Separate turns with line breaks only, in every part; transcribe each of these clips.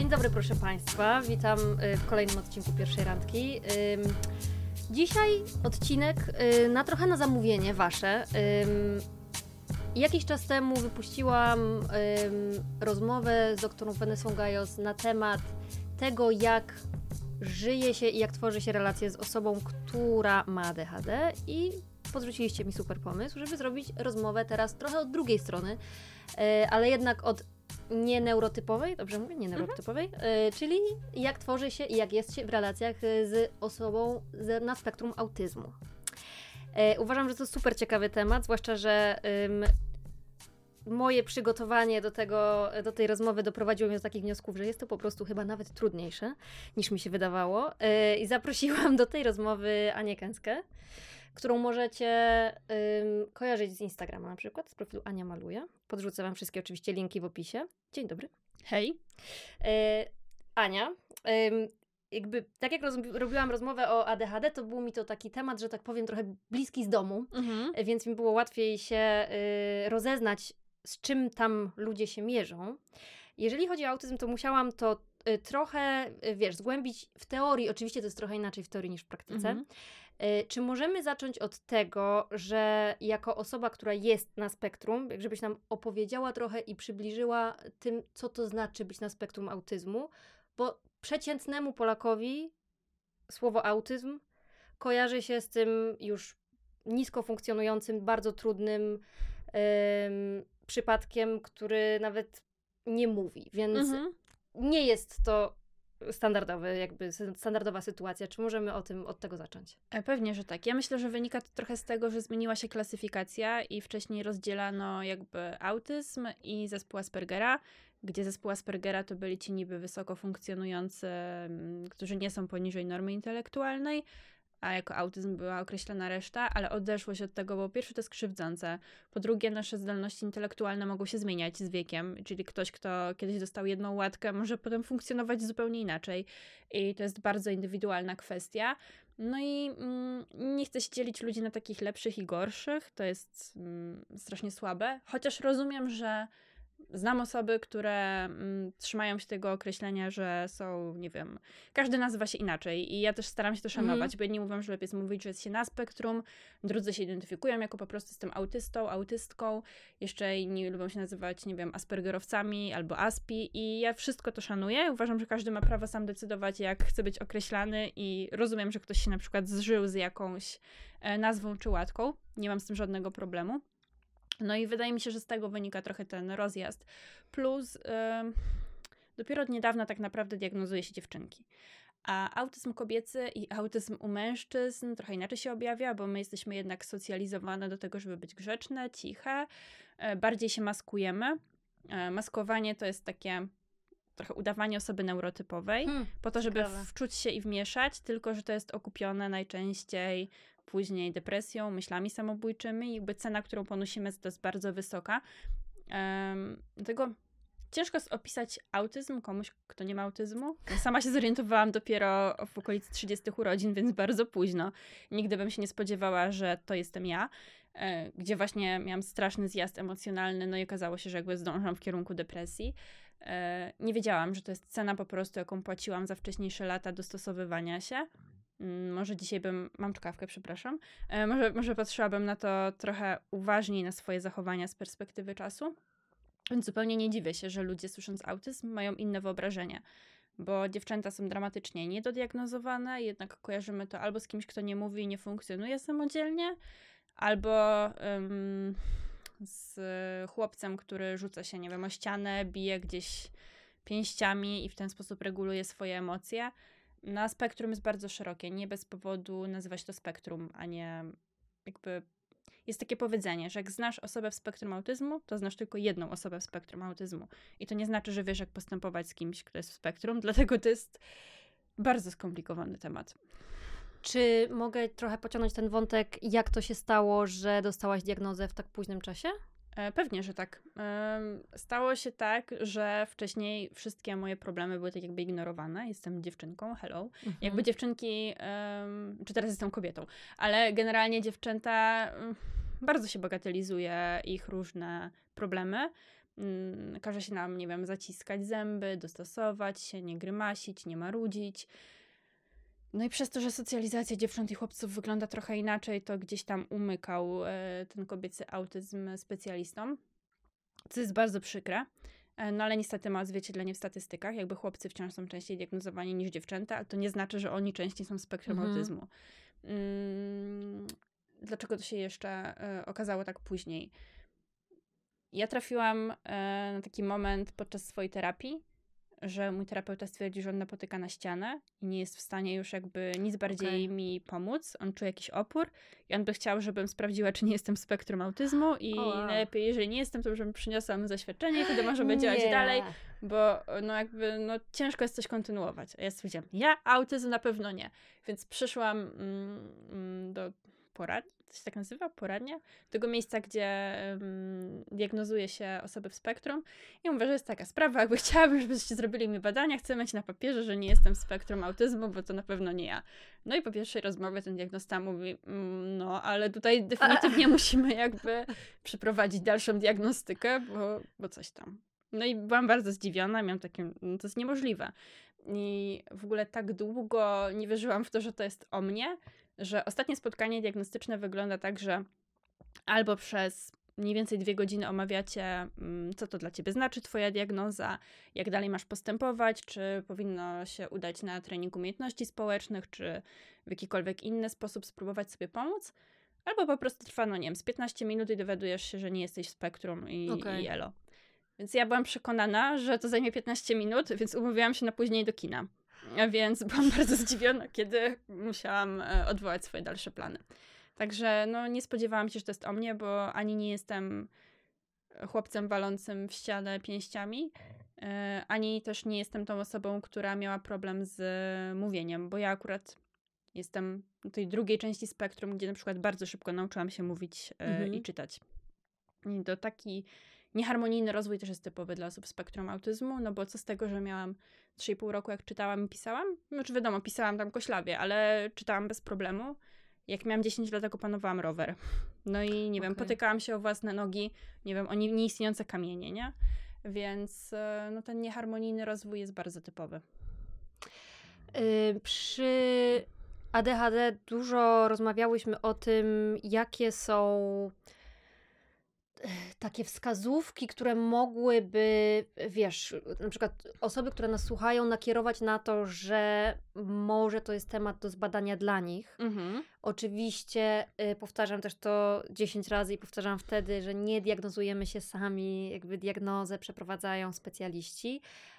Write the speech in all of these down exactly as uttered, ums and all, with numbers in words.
Dzień dobry, proszę Państwa. Witam w kolejnym odcinku Pierwszej Randki. Dzisiaj odcinek na trochę na zamówienie Wasze. Jakiś czas temu wypuściłam rozmowę z doktorą Vanessą Gajos na temat tego, jak żyje się i jak tworzy się relacje z osobą, która ma A D H D, i podrzuciliście mi super pomysł, żeby zrobić rozmowę teraz trochę od drugiej strony, ale jednak od nie neurotypowej, dobrze mówię? Nie neurotypowej, mhm. czyli jak tworzy się i jak jest się w relacjach z osobą z, na spektrum autyzmu. Uważam, że to super ciekawy temat, zwłaszcza, że um, moje przygotowanie do tego, do tej rozmowy doprowadziło mnie do takich wniosków, że jest to po prostu chyba nawet trudniejsze, niż mi się wydawało. I zaprosiłam do tej rozmowy Anię Kęskę, którą możecie ym, kojarzyć z Instagrama na przykład, z profilu Ania Maluje. Podrzucę Wam wszystkie oczywiście linki w opisie. Dzień dobry.
Hej.
E, Ania, ym, jakby tak jak roz, robiłam rozmowę o A D H D, to był mi to taki temat, że tak powiem, trochę bliski z domu, mhm. więc mi było łatwiej się y, rozeznać, z czym tam ludzie się mierzą. Jeżeli chodzi o autyzm, to musiałam to y, trochę, y, wiesz, zgłębić w teorii. Oczywiście to jest trochę inaczej w teorii niż w praktyce. Mhm. Czy możemy zacząć od tego, że jako osoba, która jest na spektrum, żebyś nam opowiedziała trochę i przybliżyła tym, co to znaczy być na spektrum autyzmu, bo przeciętnemu Polakowi słowo autyzm kojarzy się z tym już nisko funkcjonującym, bardzo trudnym ym, przypadkiem, który nawet nie mówi, więc mhm. nie jest to standardowy, jakby standardowa sytuacja. Czy możemy o tym, od tego zacząć?
Pewnie, że tak. Ja myślę, że wynika to trochę z tego, że zmieniła się klasyfikacja i wcześniej rozdzielano jakby autyzm i zespół Aspergera, gdzie zespół Aspergera to byli ci niby wysoko funkcjonujący, którzy nie są poniżej normy intelektualnej, a jako autyzm była określona reszta, ale odeszło się od tego, bo po pierwsze to jest krzywdzące, po drugie nasze zdolności intelektualne mogą się zmieniać z wiekiem, czyli ktoś, kto kiedyś dostał jedną łatkę, może potem funkcjonować zupełnie inaczej i to jest bardzo indywidualna kwestia. No i mm, nie chcę się dzielić ludzi na takich lepszych i gorszych, to jest mm, strasznie słabe, chociaż rozumiem, że znam osoby, które mm, trzymają się tego określenia, że są, nie wiem, każdy nazywa się inaczej i ja też staram się to szanować, mm-hmm. bo jedni mówią, że lepiej jest mówić, że jest się na spektrum, drudzy się identyfikują jako po prostu z tym autystą, autystką, jeszcze inni lubią się nazywać, nie wiem, aspergerowcami albo aspi i ja wszystko to szanuję. Uważam, że każdy ma prawo sam decydować, jak chce być określany i rozumiem, że ktoś się na przykład zżył z jakąś e, nazwą czy łatką. Nie mam z tym żadnego problemu. No i wydaje mi się, że z tego wynika trochę ten rozjazd. Plus yy, dopiero od niedawna tak naprawdę diagnozuje się dziewczynki. A autyzm kobiecy i autyzm u mężczyzn trochę inaczej się objawia, bo my jesteśmy jednak socjalizowane do tego, żeby być grzeczne, ciche. Yy, bardziej się maskujemy. Yy, maskowanie to jest takie trochę udawanie osoby neurotypowej, hmm, po to, żeby ciekawe. wczuć się i wmieszać, tylko że to jest okupione najczęściej później depresją, myślami samobójczymi i jakby cena, którą ponosimy, to jest bardzo wysoka. Um, dlatego ciężko jest opisać autyzm komuś, kto nie ma autyzmu. Sama się zorientowałam dopiero w okolicy trzydziestych urodzin, więc bardzo późno. Nigdy bym się nie spodziewała, że to jestem ja, e, gdzie właśnie miałam straszny zjazd emocjonalny, no i okazało się, że jakby zdążam w kierunku depresji. E, nie wiedziałam, że to jest cena po prostu, jaką płaciłam za wcześniejsze lata dostosowywania się. Może dzisiaj bym, mam czkawkę, przepraszam, e, może, może patrzyłabym na to trochę uważniej, na swoje zachowania z perspektywy czasu, więc zupełnie nie dziwię się, że ludzie słysząc autyzm mają inne wyobrażenia, bo dziewczęta są dramatycznie niedodiagnozowane, jednak kojarzymy to albo z kimś, kto nie mówi i nie funkcjonuje samodzielnie, albo um, z chłopcem, który rzuca się, nie wiem, o ścianę, bije gdzieś pięściami i w ten sposób reguluje swoje emocje. Na spektrum jest bardzo szerokie, nie bez powodu nazywa się to spektrum, a nie jakby... Jest takie powiedzenie, że jak znasz osobę w spektrum autyzmu, to znasz tylko jedną osobę w spektrum autyzmu. I to nie znaczy, że wiesz, jak postępować z kimś, kto jest w spektrum, dlatego to jest bardzo skomplikowany temat.
Czy mogę trochę pociągnąć ten wątek, jak to się stało, że dostałaś diagnozę w tak późnym czasie?
Pewnie, że tak. Stało się tak, że wcześniej wszystkie moje problemy były tak jakby ignorowane. Jestem dziewczynką, hello. Mhm. Jakby dziewczynki, czy teraz jestem kobietą, ale generalnie dziewczęta bardzo się bagatelizuje ich różne problemy. Mm, każe się nam, nie wiem, zaciskać zęby, dostosować się, nie grymasić, nie marudzić. No i przez to, że socjalizacja dziewcząt i chłopców wygląda trochę inaczej, to gdzieś tam umykał e, ten kobiecy autyzm specjalistom, co jest bardzo przykre. E, no ale niestety ma odzwierciedlenie w statystykach. Jakby chłopcy wciąż są częściej diagnozowani niż dziewczęta, ale to nie znaczy, że oni częściej są w spektrum
Mhm.
autyzmu. Mm, dlaczego to się jeszcze e, okazało tak później? Ja trafiłam e, na taki moment podczas swojej terapii, że mój terapeuta stwierdził, że on napotyka na ścianę i nie jest w stanie już jakby nic bardziej
Okej.
mi pomóc. On czuje jakiś opór i on by chciał, żebym sprawdziła, czy nie jestem w spektrum autyzmu i
O, wow.
najlepiej, jeżeli nie jestem, to żebym przyniosła zaświadczenie i wtedy możemy działać
Nie.
dalej, bo no jakby no ciężko jest coś kontynuować. A ja stwierdziłam, ja autyzm na pewno nie. Więc przyszłam mm, mm, do porad, to się tak nazywa? Poradnia? Tego miejsca, gdzie um, diagnozuje się osoby w spektrum. I mówię, że jest taka sprawa, jakby chciałabym, żebyście zrobili mi badania, chcę mieć na papierze, że nie jestem w spektrum autyzmu, bo to na pewno nie ja. No i po pierwszej rozmowie ten diagnosta mówi, mm, no, ale tutaj definitywnie musimy jakby przeprowadzić dalszą diagnostykę, bo, bo coś tam. No i byłam bardzo zdziwiona, miałam takie, no to jest niemożliwe. I w ogóle tak długo nie wierzyłam w to, że to jest o mnie, że ostatnie spotkanie diagnostyczne wygląda tak, że albo przez mniej więcej dwie godziny omawiacie, co to dla ciebie znaczy, twoja diagnoza, jak dalej masz postępować, czy powinno się udać na trening umiejętności społecznych, czy w jakikolwiek inny sposób spróbować sobie pomóc, albo po prostu trwa, no nie wiem, z piętnaście minut i dowiadujesz się, że nie jesteś w spektrum i,
Okej.
i elo. Więc ja byłam przekonana, że to zajmie piętnaście minut, więc umówiłam się na później do kina. A więc byłam bardzo zdziwiona, kiedy musiałam e, odwołać swoje dalsze plany. Także no, nie spodziewałam się, że to jest o mnie, bo ani nie jestem chłopcem walącym w ścianę pięściami, e, ani też nie jestem tą osobą, która miała problem z mówieniem, bo ja akurat jestem w tej drugiej części spektrum, gdzie na przykład bardzo szybko nauczyłam się mówić e,
Mhm.
i czytać. I to taki nieharmonijny rozwój też jest typowy dla osób z spektrum autyzmu, no bo co z tego, że miałam trzy i pół roku, jak czytałam i pisałam? Znaczy wiadomo, pisałam tam koślawie, ale czytałam bez problemu. Jak miałam dziesięć lat, jak opanowałam rower. No i nie wiem,
Okej.
potykałam się o własne nogi, nie wiem, o nie- nieistniejące kamienie, nie? Więc e, no, ten nieharmonijny rozwój jest bardzo typowy.
Y, przy A D H D dużo rozmawiałyśmy o tym, jakie są e, takie wskazówki, które mogłyby, wiesz, na przykład osoby, które nas słuchają, nakierować na to, że może to jest temat do zbadania dla nich.
Mhm.
Oczywiście y, powtarzam też to dziesięć razy i powtarzam wtedy, że nie diagnozujemy się sami, jakby diagnozę przeprowadzają specjaliści,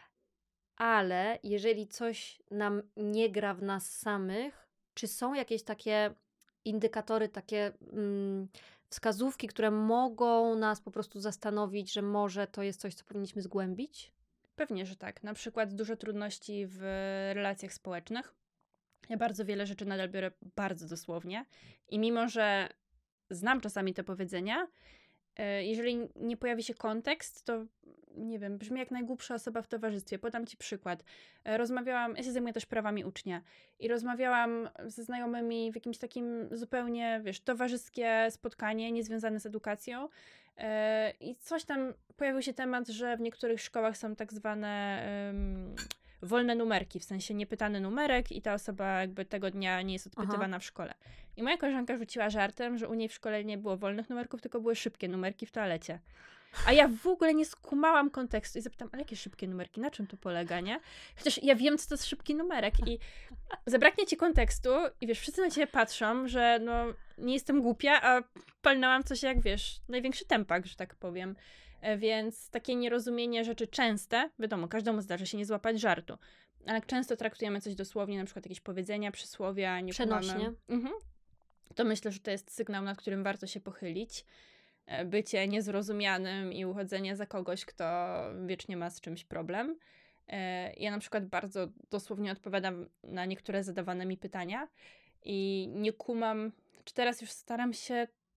ale jeżeli coś nam nie gra w nas samych, czy są jakieś takie indykatory, takie mm, wskazówki, które mogą nas po prostu zastanowić, że może to jest coś, co powinniśmy zgłębić?
Pewnie, że tak. Na przykład dużo trudności w relacjach społecznych. Ja bardzo wiele rzeczy nadal biorę bardzo dosłownie i mimo, że znam czasami te powiedzenia, e, jeżeli nie pojawi się kontekst, to nie wiem, brzmi jak najgłupsza osoba w towarzystwie. Podam ci przykład. E, Rozmawiałam, ja się zajmuję też prawami ucznia i rozmawiałam ze znajomymi w jakimś takim zupełnie, wiesz, towarzyskie spotkanie, niezwiązane z edukacją. E, I coś tam, pojawił się temat, że w niektórych szkołach są tak zwane em, wolne numerki, w sensie niepytany numerek i ta osoba jakby tego dnia nie jest odpytywana w szkole. I moja koleżanka rzuciła żartem, że u niej w szkole nie było wolnych numerków, tylko były szybkie numerki w toalecie. A ja w ogóle nie skumałam kontekstu i zapytam, ale jakie szybkie numerki, na czym to polega, nie? Chociaż ja wiem, co to jest szybki numerek i zabraknie ci kontekstu i wiesz, wszyscy na ciebie patrzą, że no nie jestem głupia, a palnęłam coś jak, wiesz, największy tempak, że tak powiem. E, Więc takie nierozumienie rzeczy częste, wiadomo, każdemu zdarzy się nie złapać żartu, ale jak często traktujemy coś dosłownie, na przykład jakieś powiedzenia, przysłowia, nie
Przenośnie.
kumamy, mhm, to myślę, że to jest sygnał, nad którym warto się pochylić. E, Bycie niezrozumianym i uchodzenie za kogoś, kto wiecznie ma z czymś problem. E, Ja na przykład bardzo dosłownie odpowiadam na niektóre zadawane mi pytania i nie kumam, czy teraz już staram się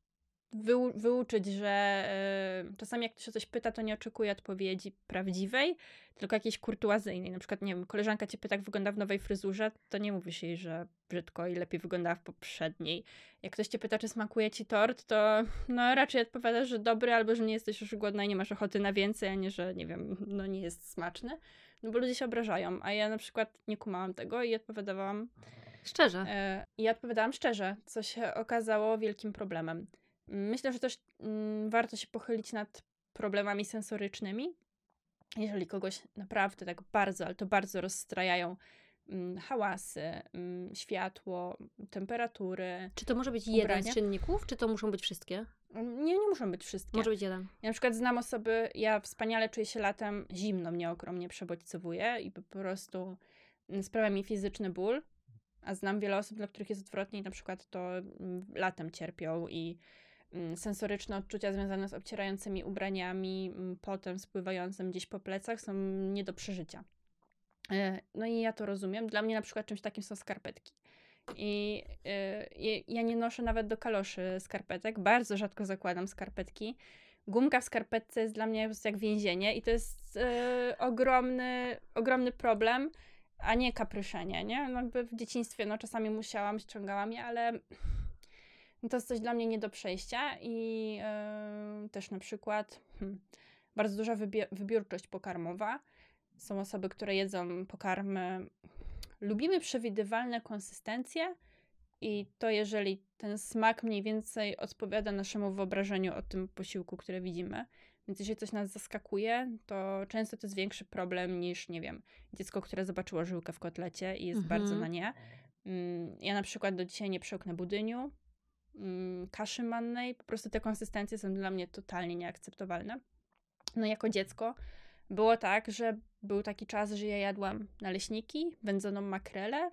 wy, wyuczyć, że y, czasami jak ktoś się coś pyta, to nie oczekuje odpowiedzi prawdziwej, tylko jakiejś kurtuazyjnej. Na przykład, nie wiem, koleżanka cię pyta, jak wygląda w nowej fryzurze, to nie mówisz jej, że brzydko i lepiej wyglądała w poprzedniej. Jak ktoś cię pyta, czy smakuje ci tort, to no raczej odpowiadasz, że dobry, albo że nie jesteś już głodna i nie masz ochoty na więcej, a nie, że nie wiem, no nie jest smaczny. No bo ludzie się obrażają, a ja na przykład nie kumałam tego i odpowiadałam
Szczerze.
e, i ja odpowiadałam szczerze, co się okazało wielkim problemem. Myślę, że też mm, warto się pochylić nad problemami sensorycznymi. Jeżeli kogoś naprawdę tak bardzo, ale to bardzo rozstrajają mm, hałasy, mm, światło, temperatury.
Czy to może być
ubrania.
jeden z czynników, czy to muszą być wszystkie?
Nie, nie muszą być wszystkie.
Może być jeden.
Ja na przykład znam osoby, ja wspaniale czuję się latem, zimno mnie ogromnie przebodźcowuje i po prostu sprawia mi fizyczny ból, a znam wiele osób, dla których jest odwrotnie i na przykład to latem cierpią i sensoryczne odczucia związane z obcierającymi ubraniami, potem spływającym gdzieś po plecach są nie do przeżycia. No i ja to rozumiem. Dla mnie na przykład czymś takim są skarpetki. I y, ja nie noszę nawet do kaloszy skarpetek. Bardzo rzadko zakładam skarpetki. Gumka w skarpetce jest dla mnie po prostu jak więzienie i to jest y, ogromny, ogromny problem, a nie kapryszenie, nie? No jakby w dzieciństwie no czasami musiałam, ściągałam je, ale to jest coś dla mnie nie do przejścia i yy, też na przykład hmm, bardzo duża wybie- wybiórczość pokarmowa. Są osoby, które jedzą pokarmy. Lubimy przewidywalne konsystencje i to jeżeli ten smak mniej więcej odpowiada naszemu wyobrażeniu o tym posiłku, który widzimy. Więc jeżeli coś nas zaskakuje, to często to jest większy problem niż, nie wiem, dziecko, które zobaczyło żyłkę w kotlecie i jest
Mhm.
bardzo na nie. Ja na przykład do dzisiaj nie przełknę budyniu, kaszy mannej, po prostu te konsystencje są dla mnie totalnie nieakceptowalne. No jako dziecko było tak, że był taki czas, że ja jadłam naleśniki, wędzoną makrelę,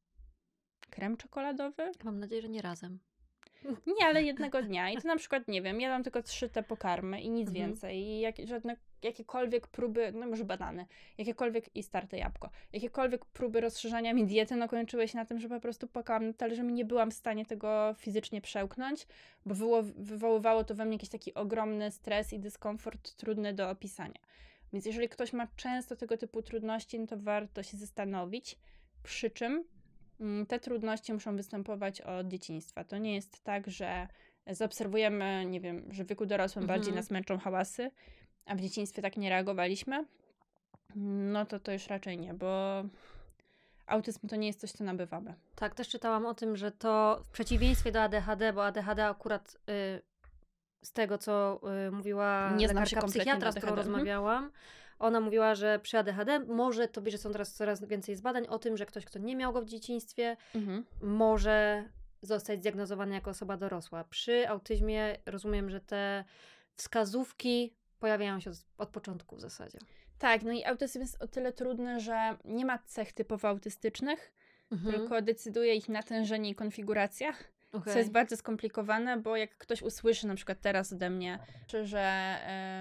krem czekoladowy.
Mam nadzieję, że nie razem.
Nie, ale jednego dnia. I to na przykład, nie wiem, jadłam tylko trzy te pokarmy i nic
Mhm.
więcej. I jak, żadne, jakiekolwiek próby, no może banany, jakiekolwiek i starte jabłko, jakiekolwiek próby rozszerzania mi diety, no kończyły się na tym, że po prostu płakałam na talerzu i nie byłam w stanie tego fizycznie przełknąć, bo wywo- wywoływało to we mnie jakiś taki ogromny stres i dyskomfort trudny do opisania. Więc jeżeli ktoś ma często tego typu trudności, no to warto się zastanowić, przy czym te trudności muszą występować od dzieciństwa. To nie jest tak, że zaobserwujemy, nie wiem, że w wieku dorosłym
Mhm.
bardziej nas męczą hałasy, a w dzieciństwie tak nie reagowaliśmy. No to to już raczej nie, bo autyzm to nie jest coś, co nabywamy.
Tak, też czytałam o tym, że to w przeciwieństwie do A D H D, bo A D H D akurat y, z tego, co y, mówiła
Nie znam się
lekarka
kompletnie
psychiatra,
na
z którą
A D H D.
rozmawiałam, ona mówiła, że przy A D H D może to bierze, są teraz coraz więcej jest badań o tym, że ktoś, kto nie miał go w dzieciństwie,
Mhm.
może zostać zdiagnozowany jako osoba dorosła. Przy autyzmie rozumiem, że te wskazówki pojawiają się od, od początku w zasadzie.
Tak, no i autyzm jest o tyle trudny, że nie ma cech typowo autystycznych,
Mhm.
tylko decyduje ich natężenie i konfiguracja.
Okay.
Co jest bardzo skomplikowane, bo jak ktoś usłyszy na przykład teraz ode mnie, że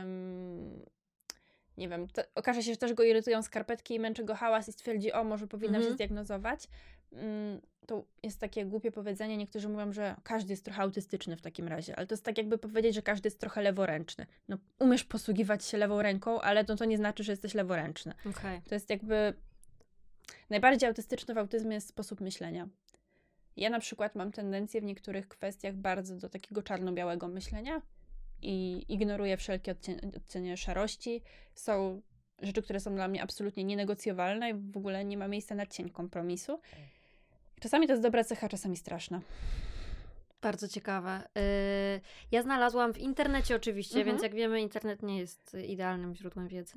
um, nie wiem, to okaże się, że też go irytują skarpetki i męczy go hałas i stwierdzi, o, może powinnam
Mhm.
się zdiagnozować, um, to jest takie głupie powiedzenie, niektórzy mówią, że każdy jest trochę autystyczny w takim razie, ale to jest tak jakby powiedzieć, że każdy jest trochę leworęczny. No, umiesz posługiwać się lewą ręką, ale to, to nie znaczy, że jesteś leworęczny.
Okay.
To jest jakby najbardziej autystyczny w autyzmie jest sposób myślenia. Ja na przykład mam tendencję w niektórych kwestiach bardzo do takiego czarno-białego myślenia i ignoruję wszelkie odcienie, odcienie szarości. Są rzeczy, które są dla mnie absolutnie nienegocjowalne i w ogóle nie ma miejsca na cień kompromisu. Czasami to jest dobra cecha, czasami straszna.
Bardzo ciekawe. Yy, ja znalazłam w internecie oczywiście,
Mhm.
więc jak wiemy, internet nie jest idealnym źródłem wiedzy.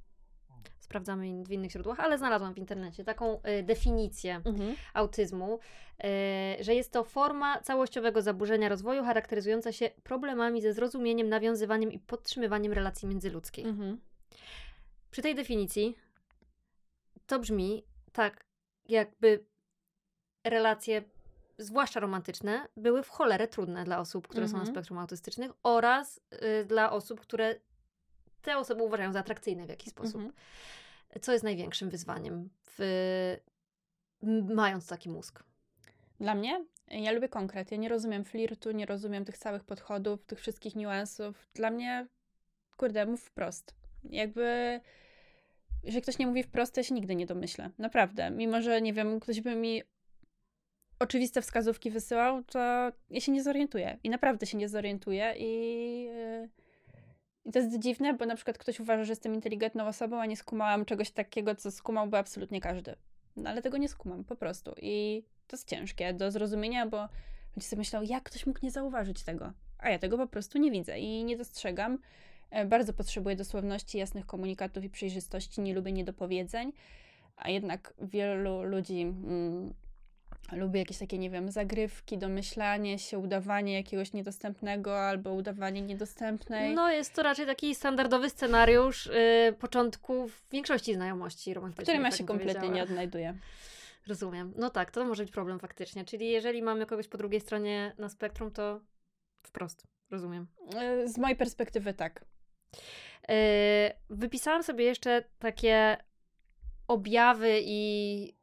Sprawdzamy w innych źródłach, ale znalazłam w internecie taką y, definicję
Mhm.
autyzmu, y, że jest to forma całościowego zaburzenia rozwoju charakteryzująca się problemami ze zrozumieniem, nawiązywaniem i podtrzymywaniem relacji międzyludzkich.
Mhm.
Przy tej definicji to brzmi tak, jakby relacje, zwłaszcza romantyczne, były w cholerę trudne dla osób, które są
Mhm.
na spektrum autystycznych oraz y, dla osób, które te osoby uważają za atrakcyjne w jakiś sposób.
Mhm.
Co jest największym wyzwaniem, w, m- mając taki mózg?
Dla mnie, ja lubię konkret. Ja nie rozumiem flirtu, nie rozumiem tych całych podchodów, tych wszystkich niuansów. Dla mnie, kurde, mów wprost. Jakby, jeżeli ktoś nie mówi wprost, to ja się nigdy nie domyślę. Naprawdę. Mimo, że, nie wiem, ktoś by mi oczywiste wskazówki wysyłał, to ja się nie zorientuję. I naprawdę się nie zorientuję. I, yy, i to jest dziwne, bo na przykład ktoś uważa, że jestem inteligentną osobą, a nie skumałam czegoś takiego, co skumałby absolutnie każdy. No ale tego nie skumam, po prostu. I to jest ciężkie do zrozumienia, bo ludzie sobie myślą, jak ktoś mógł nie zauważyć tego? A ja tego po prostu nie widzę i nie dostrzegam. Bardzo potrzebuję dosłowności, jasnych komunikatów i przejrzystości. Nie lubię niedopowiedzeń, a jednak wielu ludzi mm, lubi jakieś takie, nie wiem, zagrywki, domyślanie się, udawanie jakiegoś niedostępnego albo udawanie niedostępnej.
No jest to raczej taki standardowy scenariusz yy, początku w większości znajomości romantycznych.
W którym ja
tak
się kompletnie nie odnajduję.
Rozumiem. No tak, to może być problem faktycznie. Czyli jeżeli mamy kogoś po drugiej stronie na spektrum, to wprost. Rozumiem.
Z mojej perspektywy tak.
Yy, wypisałam sobie jeszcze takie objawy i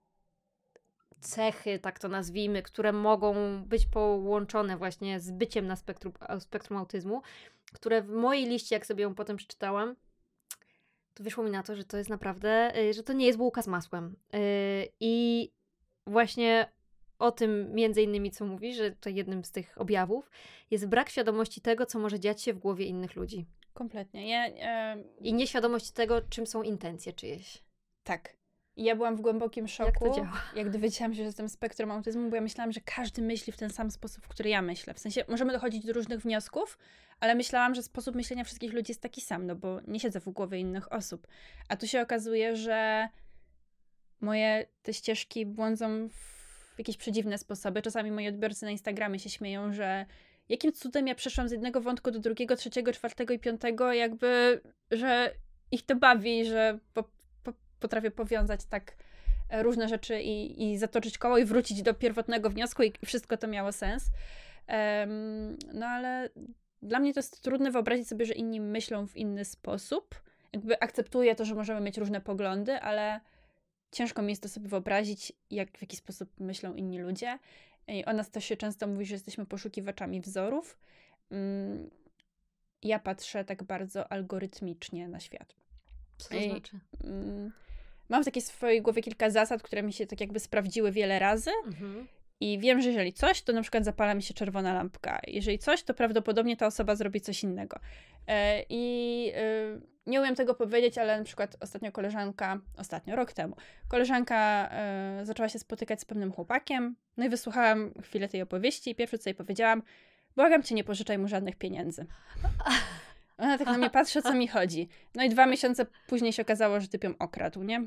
cechy, tak to nazwijmy, które mogą być połączone właśnie z byciem na spektrum, spektrum autyzmu, które w mojej liście, jak sobie ją potem przeczytałam, to wyszło mi na to, że to jest naprawdę, że to nie jest bułka z masłem. Yy, I właśnie o tym między innymi, co mówi, że to jednym z tych objawów jest brak świadomości tego, co może dziać się w głowie innych ludzi.
Kompletnie. Ja, e...
I nieświadomość tego, czym są intencje czyjeś.
Tak. I ja byłam w głębokim szoku,
jak, to działa?
jak dowiedziałam się, że jestem spektrum autyzmu, bo ja myślałam, że każdy myśli w ten sam sposób, w który ja myślę. W sensie możemy dochodzić do różnych wniosków, ale myślałam, że sposób myślenia wszystkich ludzi jest taki sam, no bo nie siedzę w głowie innych osób. A tu się okazuje, że moje te ścieżki błądzą w jakieś przedziwne sposoby. Czasami moi odbiorcy na Instagramie się śmieją, że jakim cudem ja przeszłam z jednego wątku do drugiego, trzeciego, czwartego i piątego, jakby, że ich to bawi, że po, po, potrafię powiązać tak różne rzeczy i, i zatoczyć koło i wrócić do pierwotnego wniosku i wszystko to miało sens. Um, no ale dla mnie to jest trudne wyobrazić sobie, że inni myślą w inny sposób. Jakby akceptuję to, że możemy mieć różne poglądy, ale ciężko mi jest to sobie wyobrazić, jak, w jaki sposób myślą inni ludzie. I o nas też się często mówi, że jesteśmy poszukiwaczami wzorów. Um, ja patrzę tak bardzo algorytmicznie na świat.
Co to znaczy?
Um, mam w takiej swojej głowie kilka zasad, które mi się tak jakby sprawdziły wiele razy. Mhm. I wiem, że jeżeli coś, to na przykład zapala mi się czerwona lampka. Jeżeli coś, to prawdopodobnie ta osoba zrobi coś innego. E, I e, nie umiem tego powiedzieć, ale na przykład ostatnio koleżanka, ostatnio, rok temu, koleżanka e, zaczęła się spotykać z pewnym chłopakiem. No i wysłuchałam chwilę tej opowieści i pierwsze, co jej powiedziałam, błagam cię, nie pożyczaj mu żadnych pieniędzy. Ona tak na mnie patrzy, o co mi chodzi. No i dwa miesiące później się okazało, że typ ją okradł, nie?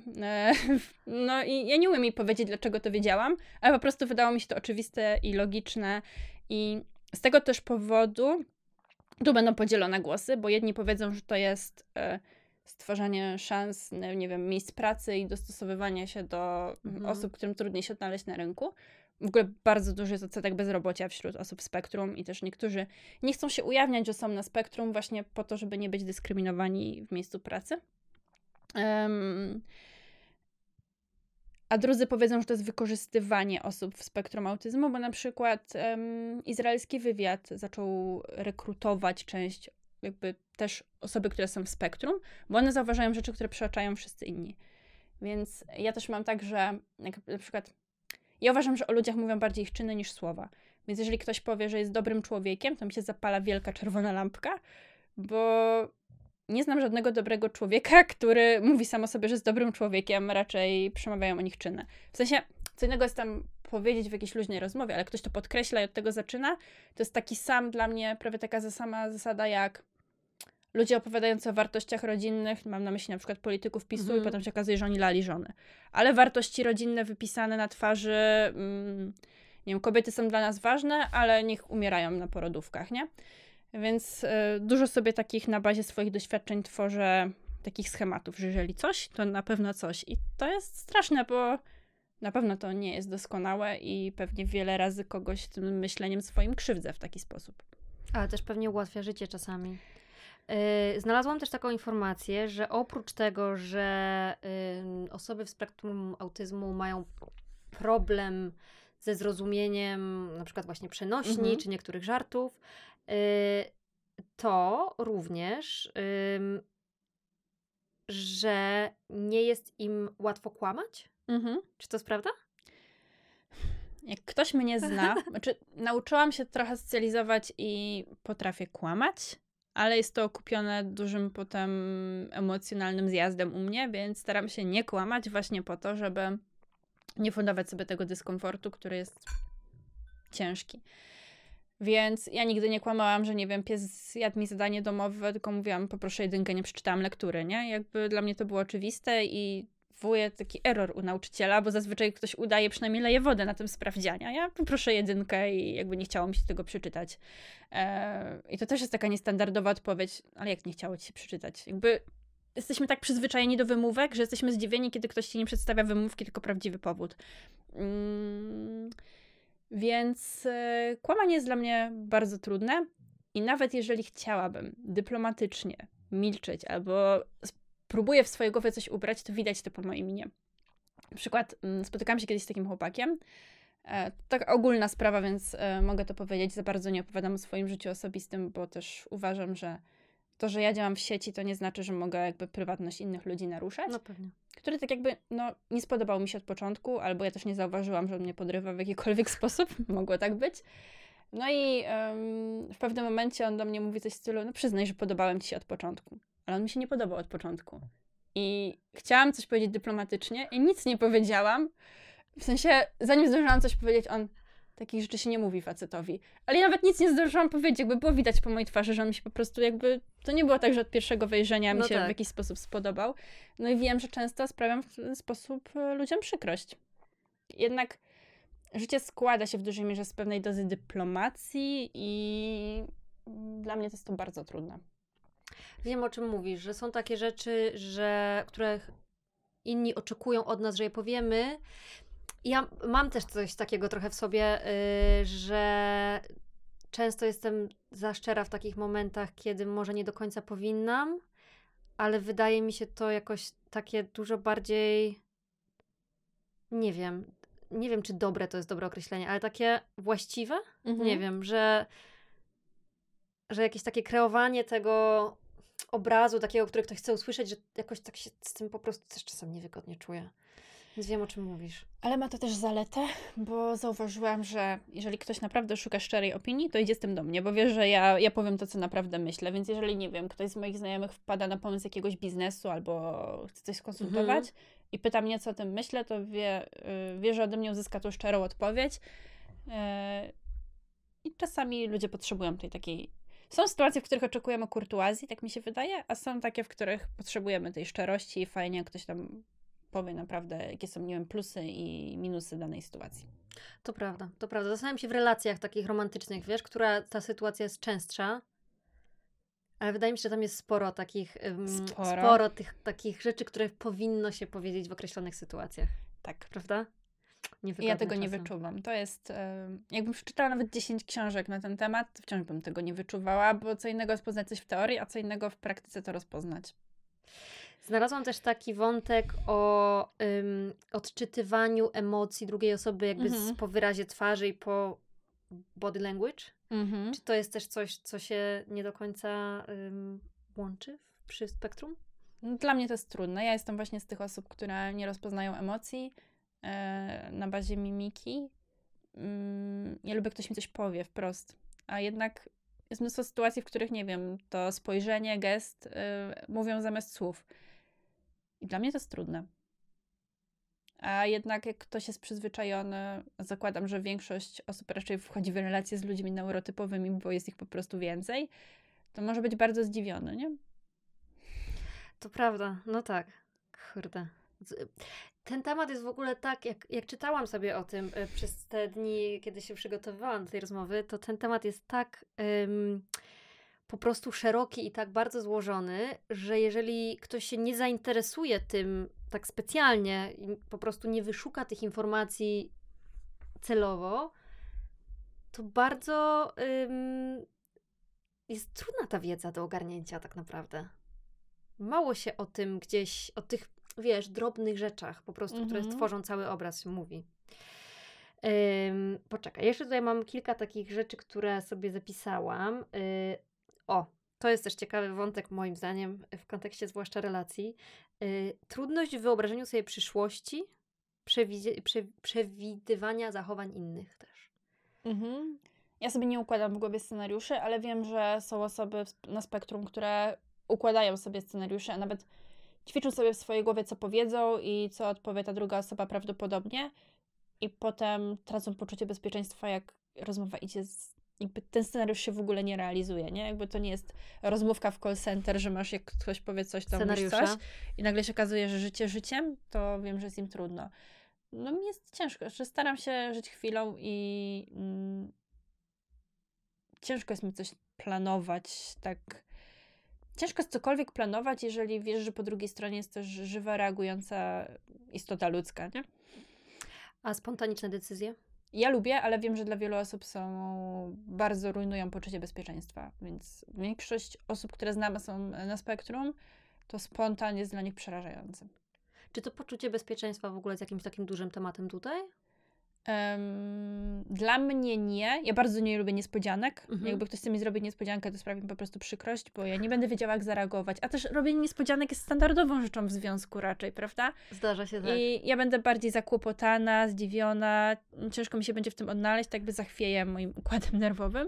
No i ja nie umiem jej powiedzieć, dlaczego to wiedziałam, ale po prostu wydało mi się to oczywiste i logiczne. I z tego też powodu tu będą podzielone głosy, bo jedni powiedzą, że to jest stworzenie szans, nie wiem, miejsc pracy i dostosowywanie się do mhm. osób, którym trudniej się odnaleźć na rynku. W ogóle bardzo duży jest odsetek bezrobocia wśród osób spektrum i też niektórzy nie chcą się ujawniać, że są na spektrum właśnie po to, żeby nie być dyskryminowani w miejscu pracy. Um, a drudzy powiedzą, że to jest wykorzystywanie osób w spektrum autyzmu, bo na przykład um, izraelski wywiad zaczął rekrutować część jakby też osoby, które są w spektrum, bo one zauważają rzeczy, które przeoczają wszyscy inni. Więc ja też mam tak, że jak na przykład ja uważam, że o ludziach mówią bardziej ich czyny niż słowa. Więc jeżeli ktoś powie, że jest dobrym człowiekiem, to mi się zapala wielka czerwona lampka, bo nie znam żadnego dobrego człowieka, który mówi sam o sobie, że jest dobrym człowiekiem, raczej przemawiają o nich czyny. W sensie, co innego jest tam powiedzieć w jakiejś luźnej rozmowie, ale ktoś to podkreśla i od tego zaczyna, to jest taki sam dla mnie, prawie taka sama zasada jak ludzie opowiadający o wartościach rodzinnych, mam na myśli na przykład polityków PiSu mhm. i potem się okazuje, że oni lali żony. Ale wartości rodzinne wypisane na twarzy, mm, nie wiem, kobiety są dla nas ważne, ale niech umierają na porodówkach, nie? Więc y, dużo sobie takich na bazie swoich doświadczeń tworzę takich schematów, że jeżeli coś, to na pewno coś. I to jest straszne, bo na pewno to nie jest doskonałe i pewnie wiele razy kogoś tym myśleniem swoim krzywdzę w taki sposób.
Ale też pewnie ułatwia życie czasami. Yy, znalazłam też taką informację, że oprócz tego, że yy, osoby w spektrum autyzmu mają problem ze zrozumieniem na przykład właśnie przenośni
Mhm.
czy niektórych żartów, y, to również, ym, że nie jest im łatwo kłamać?
Mhm.
Czy to jest prawda?
Jak ktoś mnie zna, znaczy nauczyłam się trochę socjalizować i potrafię kłamać, ale jest to okupione dużym potem emocjonalnym zjazdem u mnie, więc staram się nie kłamać właśnie po to, żeby nie fundować sobie tego dyskomfortu, który jest ciężki. Więc ja nigdy nie kłamałam, że nie wiem, pies jadł mi zadanie domowe, tylko mówiłam, poproszę jedynkę, nie przeczytałam lektury, nie? Jakby dla mnie to było oczywiste i wywołuje taki error u nauczyciela, bo zazwyczaj ktoś udaje, przynajmniej leje wodę na tym sprawdzianie, a ja poproszę jedynkę i jakby nie chciało mi się tego przeczytać. Eee, I to też jest taka niestandardowa odpowiedź, ale jak nie chciało ci się przeczytać? Jakby jesteśmy tak przyzwyczajeni do wymówek, że jesteśmy zdziwieni, kiedy ktoś ci nie przedstawia wymówki, tylko prawdziwy powód. Mm, więc e, kłamanie jest dla mnie bardzo trudne i nawet jeżeli chciałabym dyplomatycznie milczeć albo próbuję w swojej głowie coś ubrać, to widać to po mojej minie. Na przykład mm, spotykałam się kiedyś z takim chłopakiem. E, tak ogólna sprawa, więc e, mogę to powiedzieć. Za bardzo nie opowiadam o swoim życiu osobistym, bo też uważam, że to, że ja działam w sieci, to nie znaczy, że mogę jakby prywatność innych ludzi naruszać.
No pewnie.
Który tak jakby, no, nie spodobał mi się od początku, albo ja też nie zauważyłam, że on mnie podrywa w jakikolwiek sposób. Mogło tak być. No i um, w pewnym momencie on do mnie mówi coś w stylu, no przyznaj, że podobałem ci się od początku. Ale on mi się nie podobał od początku. I chciałam coś powiedzieć dyplomatycznie i nic nie powiedziałam. W sensie, zanim zdążyłam coś powiedzieć, on takich rzeczy się nie mówi facetowi. Ale ja nawet nic nie zdążyłam powiedzieć, jakby było widać po mojej twarzy, że on mi się po prostu jakby, to nie było tak, że od pierwszego wejrzenia mi
No
się
tak.
w jakiś sposób spodobał. No i wiem, że często sprawiam w ten sposób ludziom przykrość. Jednak życie składa się w dużej mierze z pewnej dozy dyplomacji i dla mnie to jest to bardzo trudne.
Wiem, o czym mówisz, że są takie rzeczy, że, których inni oczekują od nas, że je powiemy. Ja mam też coś takiego trochę w sobie, yy, że często jestem za szczera w takich momentach, kiedy może nie do końca powinnam, ale wydaje mi się to jakoś takie dużo bardziej, nie wiem, nie wiem, czy dobre to jest dobre określenie, ale takie właściwe?
Mhm.
Nie wiem, że, że jakieś takie kreowanie tego obrazu takiego, który ktoś chce usłyszeć, że jakoś tak się z tym po prostu też czasem niewygodnie czuję. Więc wiem, o czym mówisz.
Ale ma to też zaletę, bo zauważyłam, że jeżeli ktoś naprawdę szuka szczerej opinii, to idzie z tym do mnie, bo wie, że ja, ja powiem to, co naprawdę myślę, więc jeżeli, nie wiem, ktoś z moich znajomych wpada na pomysł jakiegoś biznesu albo chce coś skonsultować mhm. i pyta mnie, co o tym myślę, to wie, yy, wie, że ode mnie uzyska tą szczerą odpowiedź. Yy, I czasami ludzie potrzebują tej takiej... Są sytuacje, w których oczekujemy kurtuazji, tak mi się wydaje, a są takie, w których potrzebujemy tej szczerości i fajnie, jak ktoś tam powie naprawdę, jakie są, nie wiem, plusy i minusy danej sytuacji.
To prawda, to prawda. Zastanawiam się w relacjach takich romantycznych, wiesz, która ta sytuacja jest częstsza, ale wydaje mi się, że tam jest sporo takich, um,
sporo,
sporo tych takich rzeczy, które powinno się powiedzieć w określonych sytuacjach.
Tak.
Prawda?
I ja tego czasem nie wyczuwam. To jest, yy, jakbym przeczytała nawet dziesięć książek na ten temat, to wciąż bym tego nie wyczuwała, bo co innego jest poznać coś w teorii, a co innego w praktyce to rozpoznać.
Znalazłam też taki wątek o um, odczytywaniu emocji drugiej osoby jakby
mhm.
z, po wyrazie twarzy i po body language.
Mhm.
Czy to jest też coś, co się nie do końca um, łączy przy spektrum?
Dla mnie to jest trudne. Ja jestem właśnie z tych osób, które nie rozpoznają emocji yy, na bazie mimiki. Yy, ja lubię, ktoś mi coś powie wprost. A jednak jest mnóstwo sytuacji, w których, nie wiem, to spojrzenie, gest yy, mówią zamiast słów. I dla mnie to jest trudne. A jednak jak ktoś jest przyzwyczajony, zakładam, że większość osób raczej wchodzi w relacje z ludźmi neurotypowymi, bo jest ich po prostu więcej, to może być bardzo zdziwiony, nie?
To prawda, no tak. Kurde. Ten temat jest w ogóle tak, jak, jak czytałam sobie o tym y, przez te dni, kiedy się przygotowywałam do tej rozmowy, to ten temat jest tak ym, po prostu szeroki i tak bardzo złożony, że jeżeli ktoś się nie zainteresuje tym tak specjalnie i po prostu nie wyszuka tych informacji celowo, to bardzo ym, jest trudna ta wiedza do ogarnięcia tak naprawdę. Mało się o tym gdzieś, o tych, wiesz, drobnych rzeczach po prostu, mm-hmm. które stworzą cały obraz, mówi. Ym, poczekaj, jeszcze tutaj mam kilka takich rzeczy, które sobie zapisałam. Y, o, to jest też ciekawy wątek moim zdaniem w kontekście zwłaszcza relacji. Y, trudność w wyobrażeniu sobie przyszłości, przewidzie, prze, przewidywania zachowań innych też.
Mhm. Ja sobie nie układam w głowie scenariuszy, ale wiem, że są osoby na spektrum, które układają sobie scenariusze, a nawet ćwiczą sobie w swojej głowie, co powiedzą i co odpowie ta druga osoba prawdopodobnie i potem tracą poczucie bezpieczeństwa, jak rozmowa idzie z... Jakby ten scenariusz się w ogóle nie realizuje, nie? Jakby to nie jest rozmówka w call center, że masz, jak ktoś powie coś, to mówisz coś i nagle się okazuje, że życie życiem, to wiem, że jest im trudno. No mi jest ciężko, że staram się żyć chwilą i mm, ciężko jest mi coś planować, tak. Ciężko jest cokolwiek planować, jeżeli wiesz, że po drugiej stronie jest też żywa, reagująca istota ludzka, nie?
A spontaniczne decyzje?
Ja lubię, ale wiem, że dla wielu osób są, bardzo rujnują poczucie bezpieczeństwa, więc większość osób, które znamy, są na spektrum, to spontan jest dla nich przerażający.
Czy to poczucie bezpieczeństwa w ogóle jest jakimś takim dużym tematem tutaj?
Um, dla mnie nie. Ja bardzo nie lubię niespodzianek.
Mhm.
Jakby ktoś chce mi zrobić niespodziankę, to sprawi mi po prostu przykrość, bo ja nie będę wiedziała, jak zareagować. A też robienie niespodzianek jest standardową rzeczą w związku raczej, prawda?
Zdarza się tak.
I ja będę bardziej zakłopotana, zdziwiona. Ciężko mi się będzie w tym odnaleźć, tak by zachwieję moim układem nerwowym.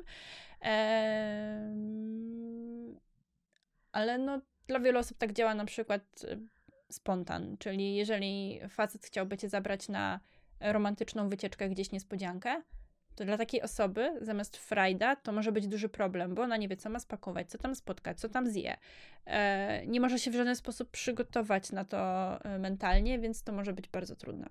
Um, ale no, dla wielu osób tak działa na przykład spontan, czyli jeżeli facet chciałby cię zabrać na romantyczną wycieczkę, gdzieś niespodziankę, to dla takiej osoby zamiast frajda to może być duży problem, bo ona nie wie, co ma spakować, co tam spotkać, co tam zje. E, nie może się w żaden sposób przygotować na to e, mentalnie, więc to może być bardzo trudne.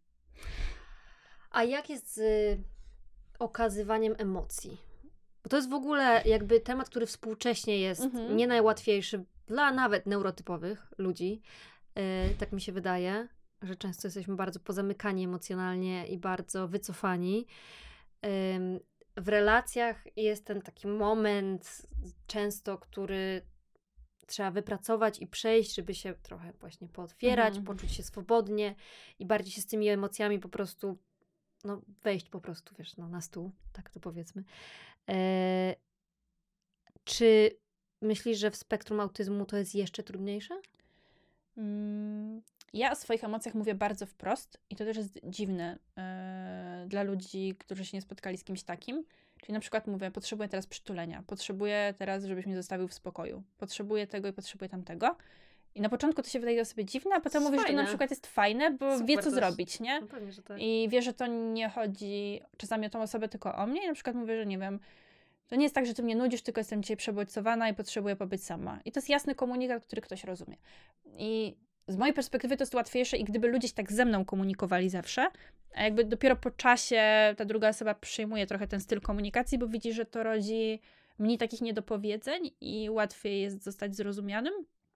A jak jest z y, okazywaniem emocji? Bo to jest w ogóle jakby temat, który współcześnie jest
Mhm.
nie najłatwiejszy dla nawet neurotypowych ludzi. Y, tak mi się wydaje, że często jesteśmy bardzo pozamykani emocjonalnie i bardzo wycofani. Ym, w relacjach jest ten taki moment często, który trzeba wypracować i przejść, żeby się trochę właśnie pootwierać,
Mhm.
poczuć się swobodnie i bardziej się z tymi emocjami po prostu, no wejść po prostu, wiesz, no, na stół, tak to powiedzmy. E, czy myślisz, że w spektrum autyzmu to jest jeszcze trudniejsze?
Mm, ja o swoich emocjach mówię bardzo wprost i to też jest dziwne yy, dla ludzi, którzy się nie spotkali z kimś takim. Czyli na przykład mówię, potrzebuję teraz przytulenia, potrzebuję teraz, żebyś mnie zostawił w spokoju, potrzebuję tego i potrzebuję tamtego. I na początku to się wydaje sobie dziwne, a potem mówisz, że to na przykład jest fajne, bo
Super
wie, co
też.
zrobić, nie?
No pewnie, że tak.
I wie, że to nie chodzi czasami o tą osobę, tylko o mnie. I na przykład mówię, że nie wiem, to nie jest tak, że ty mnie nudzisz, tylko jestem dzisiaj przebodźcowana i potrzebuję pobyć sama. I to jest jasny komunikat, który ktoś rozumie. I z mojej perspektywy to jest łatwiejsze i gdyby ludzie się tak ze mną komunikowali zawsze, a jakby dopiero po czasie ta druga osoba przyjmuje trochę ten styl komunikacji, bo widzi, że to rodzi mniej takich niedopowiedzeń i łatwiej jest zostać zrozumianym.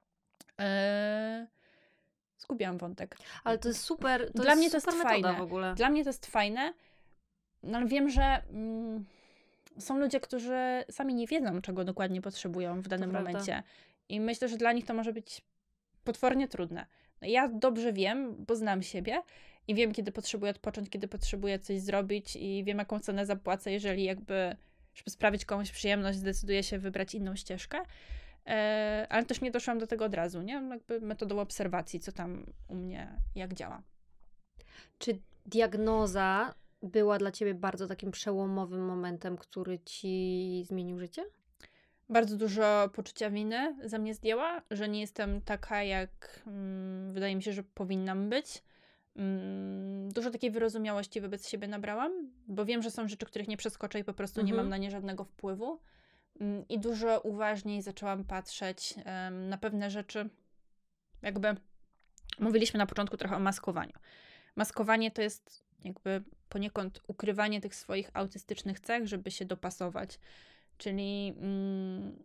Eee... Zgubiłam wątek.
Ale to jest super, to
Dla
jest
mnie to
super
jest
metoda
fajne.
w ogóle.
Dla mnie to jest fajne, no ale wiem, że mm, są ludzie, którzy sami nie wiedzą, czego dokładnie potrzebują w danym
prawda.
momencie. I myślę, że dla nich to może być potwornie trudne. Ja dobrze wiem, bo znam siebie i wiem, kiedy potrzebuję odpocząć, kiedy potrzebuję coś zrobić i wiem, jaką cenę zapłacę, jeżeli jakby, żeby sprawić komuś przyjemność, zdecyduję się wybrać inną ścieżkę. E, ale też nie doszłam do tego od razu, nie? Jakby metodą obserwacji, co tam u mnie, jak działa.
Czy diagnoza była dla ciebie bardzo takim przełomowym momentem, który ci zmienił życie?
Bardzo dużo poczucia winy ze mnie zdjęła, że nie jestem taka, jak mm, wydaje mi się, że powinnam być. Mm, dużo takiej wyrozumiałości wobec siebie nabrałam, bo wiem, że są rzeczy, których nie przeskoczę i po prostu
Mhm.
nie mam na nie żadnego wpływu. Mm, I dużo uważniej zaczęłam patrzeć em, na pewne rzeczy. Jakby mówiliśmy na początku trochę o maskowaniu. Maskowanie to jest jakby poniekąd ukrywanie tych swoich autystycznych cech, żeby się dopasować. Czyli mm,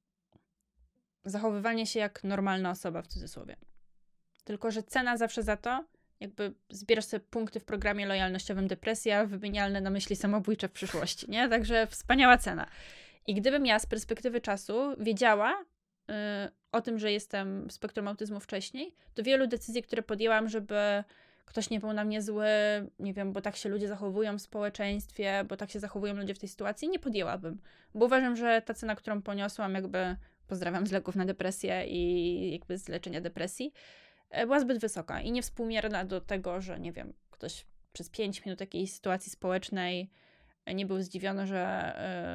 zachowywanie się jak normalna osoba w cudzysłowie. Tylko że cena zawsze za to, jakby zbierasz sobie punkty w programie lojalnościowym depresja, wymienialne na myśli samobójcze w przyszłości, nie? Także wspaniała cena. I gdybym ja z perspektywy czasu wiedziała yy, o tym, że jestem w spektrum autyzmu wcześniej, to wielu decyzji, które podjęłam, żeby ktoś nie był na mnie zły, nie wiem, bo tak się ludzie zachowują w społeczeństwie, bo tak się zachowują ludzie w tej sytuacji, nie podjęłabym. Bo uważam, że ta cena, którą poniosłam, jakby, pozdrawiam z leków na depresję i jakby z leczenia depresji, była zbyt wysoka i niewspółmierna do tego, że nie wiem, ktoś przez pięć minut jakiejś sytuacji społecznej nie był zdziwiony, że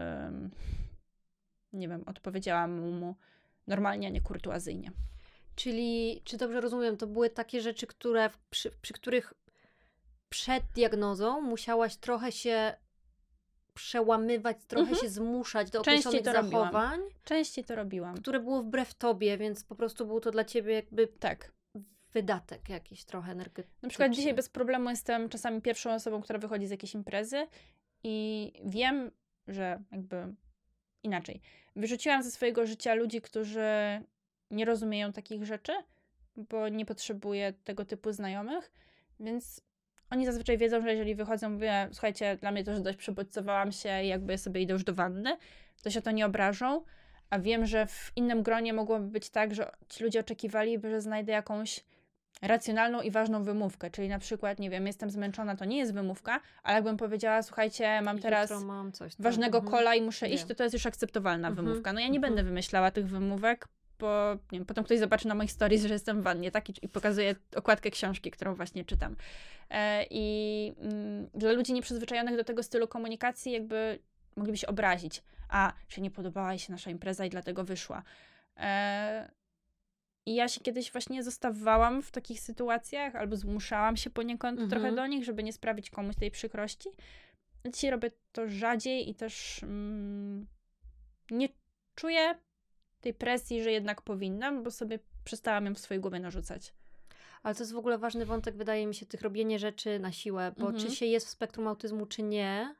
yy, nie wiem, odpowiedziałam mu normalnie, a nie kurtuazyjnie.
Czyli, czy dobrze rozumiem, to były takie rzeczy, które przy, przy których przed diagnozą musiałaś trochę się przełamywać, trochę
mhm.
się zmuszać do
Częściej
określonych
to
zachowań.
Robiłam. Częściej to robiłam.
Które było wbrew tobie, więc po prostu był to dla ciebie jakby
tak.
wydatek jakiś trochę energetyczny.
Na przykład dzisiaj bez problemu jestem czasami pierwszą osobą, która wychodzi z jakiejś imprezy i wiem, że jakby inaczej. Wyrzuciłam ze swojego życia ludzi, którzy nie rozumieją takich rzeczy, bo nie potrzebuję tego typu znajomych, więc oni zazwyczaj wiedzą, że jeżeli wychodzą, mówię, słuchajcie, dla mnie to, że dość przebodźcowałam się i jakby sobie idę już do wanny, to się to nie obrażą, a wiem, że w innym gronie mogłoby być tak, że ci ludzie oczekiwaliby, że znajdę jakąś racjonalną i ważną wymówkę, czyli na przykład, nie wiem, jestem zmęczona, to nie jest wymówka, ale jakbym powiedziała, słuchajcie, mam teraz
mam coś, tak.
ważnego
mhm.
kola i muszę
Wiem.
iść, to to jest już akceptowalna
mhm.
wymówka. No ja nie
mhm.
będę wymyślała tych wymówek, bo nie wiem, potem ktoś zobaczy na moich stories, że jestem w wannie, tak? I, i pokazuje okładkę książki, którą właśnie czytam. E, I mm, dla ludzi nieprzyzwyczajonych do tego stylu komunikacji jakby mogliby się obrazić. A, czy nie podobała jej się nasza impreza i dlatego wyszła. E, I ja się kiedyś właśnie zostawałam w takich sytuacjach, albo zmuszałam się poniekąd
mhm.
trochę do nich, żeby nie sprawić komuś tej przykrości. Dzisiaj robię to rzadziej i też mm, nie czuję tej presji, że jednak powinnam, bo sobie przestałam ją w swojej głowie narzucać.
Ale to jest w ogóle ważny wątek, wydaje mi się, tych robienie rzeczy na siłę, bo
mhm.
czy się jest w spektrum autyzmu, czy nie,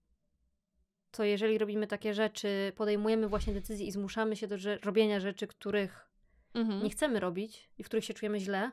to jeżeli robimy takie rzeczy, podejmujemy właśnie decyzje i zmuszamy się do że- robienia rzeczy, których
mhm.
nie chcemy robić i w których się czujemy źle,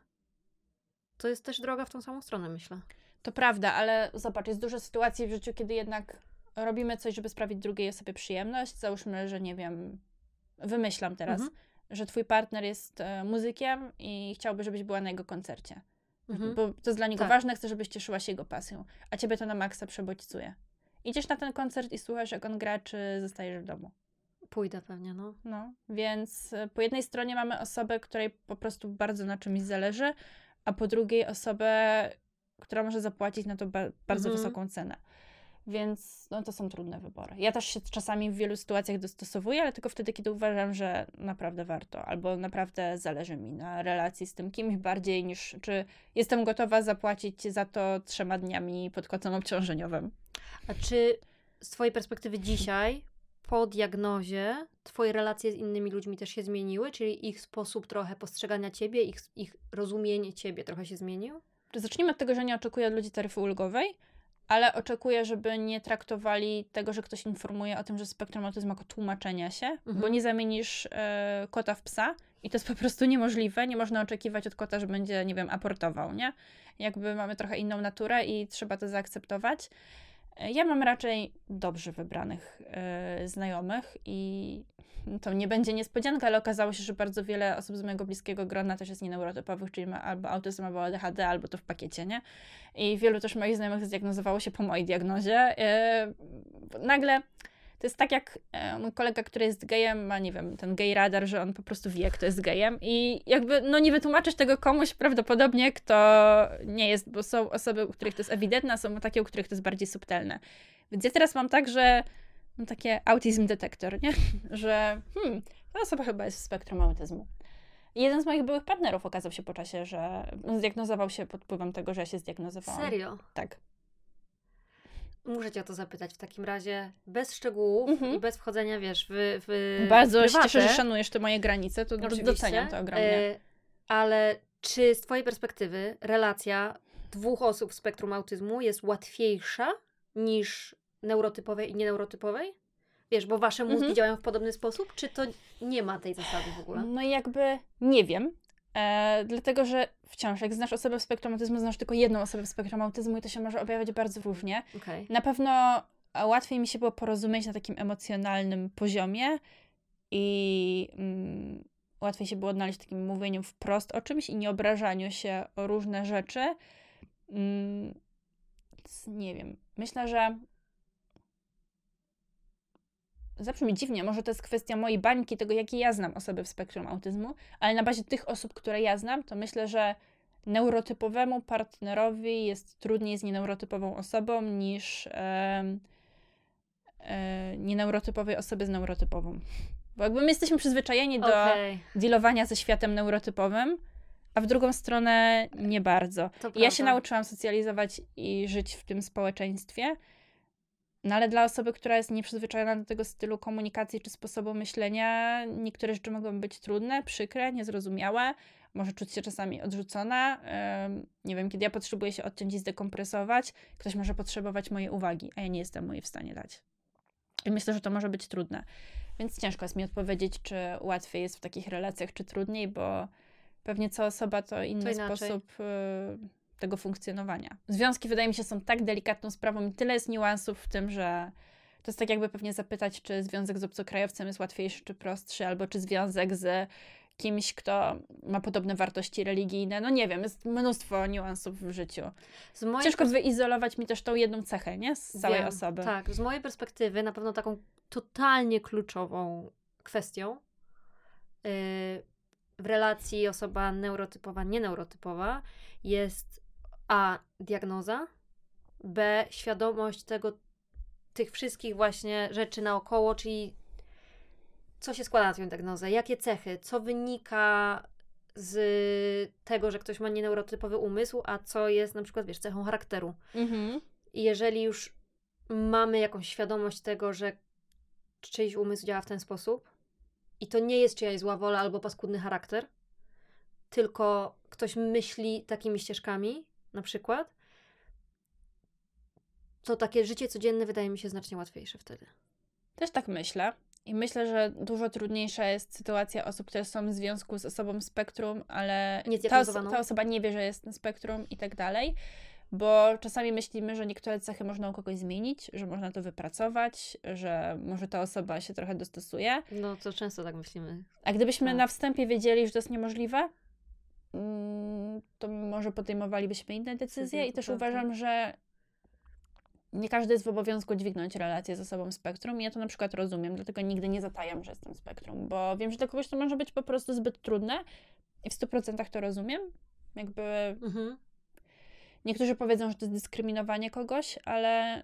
to jest też droga w tą samą stronę, myślę.
To prawda, ale zobacz, jest dużo sytuacji w życiu, kiedy jednak robimy coś, żeby sprawić drugiej osobie przyjemność. Załóżmy, że nie wiem, wymyślam teraz,
mhm.
że twój partner jest e, muzykiem i chciałby, żebyś była na jego koncercie.
Mhm.
Bo to jest dla niego
tak.
ważne, chce, żebyś cieszyła się jego pasją. A ciebie to na maksa przebodźcuje. Idziesz na ten koncert i słuchasz, jak on gra, czy zostajesz w domu.
Pójdę pewnie, no.
No, więc po jednej stronie mamy osobę, której po prostu bardzo na czymś zależy, a po drugiej osobę, która może zapłacić na to ba- bardzo
mhm.
wysoką cenę. Więc no, to są trudne wybory. Ja też się czasami w wielu sytuacjach dostosowuję, ale tylko wtedy, kiedy uważam, że naprawdę warto, albo naprawdę zależy mi na relacji z tym kimś bardziej niż, czy jestem gotowa zapłacić za to trzema dniami pod kotem obciążeniowym.
A czy z twojej perspektywy dzisiaj, po diagnozie, twoje relacje z innymi ludźmi też się zmieniły? Czyli ich sposób trochę postrzegania ciebie, ich, ich rozumienie ciebie trochę się zmienił?
Zacznijmy od tego, że nie oczekuję od ludzi taryfy ulgowej, ale oczekuję, żeby nie traktowali tego, że ktoś informuje o tym, że spektrum autyzmu jako tłumaczenia się,
mhm.
bo nie zamienisz e, kota w psa i to jest po prostu niemożliwe. Nie można oczekiwać od kota, że będzie, nie wiem, aportował, nie? Jakby mamy trochę inną naturę i trzeba to zaakceptować. Ja mam raczej dobrze wybranych e, znajomych i to nie będzie niespodzianka, ale okazało się, że bardzo wiele osób z mojego bliskiego grona też jest nieneurotypowych, czyli ma albo autyzm, albo A D H D, albo to w pakiecie, nie? I wielu też moich znajomych zdiagnozowało się po mojej diagnozie. E, nagle to jest tak jak e, mój kolega, który jest gejem, ma, nie wiem, ten gej radar, że on po prostu wie, kto jest gejem i jakby, no nie wytłumaczysz tego komuś prawdopodobnie, kto nie jest, bo są osoby, u których to jest ewidentne, a są takie, u których to jest bardziej subtelne. Więc ja teraz mam tak, że mam takie autism detektor, nie? Że hmm, ta osoba chyba jest w spektrum autyzmu. I jeden z moich byłych partnerów okazał się po czasie, że zdiagnozował się pod wpływem tego, że ja się zdiagnozowałam.
Serio?
Tak.
Muszę cię o to zapytać w takim razie, bez szczegółów mhm. i bez wchodzenia, wiesz, w, w
Bardzo
prywatę.
się cieszę, że szanujesz te moje granice, to
Oczywiście,
doceniam to ogromnie.
E, ale czy z twojej perspektywy relacja dwóch osób w spektrum autyzmu jest łatwiejsza niż neurotypowej i nieneurotypowej? Wiesz, bo wasze mózgi mhm. działają w podobny sposób? Czy to nie ma tej zasady w ogóle?
No i jakby nie wiem. E, dlatego, że wciąż, jak znasz osobę w spektrum autyzmu, znasz tylko jedną osobę w spektrum autyzmu i to się może objawiać bardzo różnie.
Okay.
Na pewno łatwiej mi się było porozumieć na takim emocjonalnym poziomie i mm, łatwiej się było odnaleźć w takim mówieniu wprost o czymś i nie obrażaniu się o różne rzeczy. Mm, nie wiem. Myślę, że zabrzmi dziwnie, może to jest kwestia mojej bańki, tego jakie ja znam osoby w spektrum autyzmu, ale na bazie tych osób, które ja znam, to myślę, że neurotypowemu partnerowi jest trudniej z nieneurotypową osobą niż e, e, nieneurotypowej osobie z neurotypową. Bo jakby my jesteśmy przyzwyczajeni do
Okej.
dealowania ze światem neurotypowym, a w drugą stronę nie bardzo.
To
I ja się
prawda.
nauczyłam socjalizować i żyć w tym społeczeństwie, no ale dla osoby, która jest nieprzyzwyczajona do tego stylu komunikacji czy sposobu myślenia, niektóre rzeczy mogą być trudne, przykre, niezrozumiałe, może czuć się czasami odrzucona. Ym, nie wiem, kiedy ja potrzebuję się odciąć i zdekompresować, ktoś może potrzebować mojej uwagi, a ja nie jestem mu jej w stanie dać. I myślę, że to może być trudne. Więc ciężko jest mi odpowiedzieć, czy łatwiej jest w takich relacjach, czy trudniej, bo pewnie co osoba to inny
To inaczej.
sposób y, tego funkcjonowania. Związki, wydaje mi się, są tak delikatną sprawą i tyle jest niuansów w tym, że to jest tak jakby pewnie zapytać, czy związek z obcokrajowcem jest łatwiejszy, czy prostszy, albo czy związek z kimś, kto ma podobne wartości religijne. No nie wiem, jest mnóstwo niuansów w życiu.
Z mojej
Ciężko wyizolować mi też tą jedną cechę, nie? Z całej
Wiem,
osoby.
Tak, z mojej perspektywy na pewno taką totalnie kluczową kwestią yy, w relacji osoba neurotypowa, nieneurotypowa jest a. diagnoza, b. świadomość tego, tych wszystkich właśnie rzeczy naokoło, czyli co się składa na tę diagnozę, jakie cechy, co wynika z tego, że ktoś ma nieneurotypowy umysł, a co jest na przykład, wiesz, cechą charakteru.
Mhm.
I jeżeli już mamy jakąś świadomość tego, że czyjś umysł działa w ten sposób i to nie jest czyjaś zła wola albo paskudny charakter, tylko ktoś myśli takimi ścieżkami, na przykład, to takie życie codzienne wydaje mi się znacznie łatwiejsze wtedy.
Też tak myślę. I myślę, że dużo trudniejsza jest sytuacja osób, które są w związku z osobą spektrum, ale ta, oso-
Niezdiagnozowaną.
ta osoba nie wie, że jest na spektrum i tak dalej. Bo czasami myślimy, że niektóre cechy można u kogoś zmienić, że można to wypracować, że może ta osoba się trochę dostosuje.
No to często tak myślimy.
A gdybyśmy
Tak.
na wstępie wiedzieli, że to jest niemożliwe, mm, to może podejmowalibyśmy inne decyzje.
Decyzje,
I
to
też
prawda.
uważam, że nie każdy jest w obowiązku dźwignąć relację z osobą spektrum. Ja to na przykład rozumiem, dlatego nigdy nie zatajam, że jestem spektrum, bo wiem, że dla kogoś to może być po prostu zbyt trudne i w stu procentach to rozumiem. Jakby
Mhm.
niektórzy powiedzą, że to jest dyskryminowanie kogoś, ale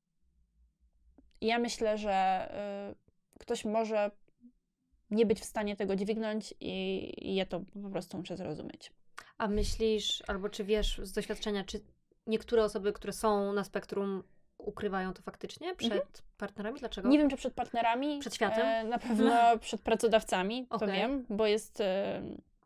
ja myślę, że y, ktoś może nie być w stanie tego dźwignąć i, i ja to po prostu muszę zrozumieć.
A myślisz, albo czy wiesz z doświadczenia, czy niektóre osoby, które są na spektrum, ukrywają to faktycznie przed
Mhm.
partnerami? Dlaczego?
Nie wiem, czy przed partnerami.
Przed światem?
E, na pewno przed pracodawcami, to
Okej.
wiem, bo jest... E,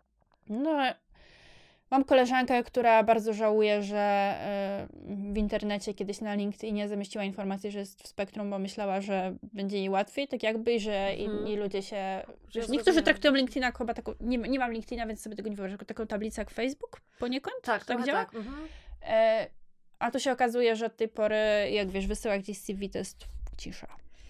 no, mam koleżankę, która bardzo żałuje, że e, w internecie kiedyś na LinkedInie zamieściła informację, że jest w spektrum, bo myślała, że będzie jej łatwiej, tak jakby, i że
Mhm.
inni ludzie się...
Że
Wiesz, niektórzy
zrozumiałam.
traktują LinkedIna jako chyba taką... Nie, nie mam LinkedIna, więc sobie tego nie wyobrażam, jako taką tablicę jak Facebook poniekąd.
Tak,
tak
trochę
działa?
tak. Mhm.
E, a tu się okazuje, że od tej pory, jak wiesz, wysyła gdzieś C V, to jest cisza.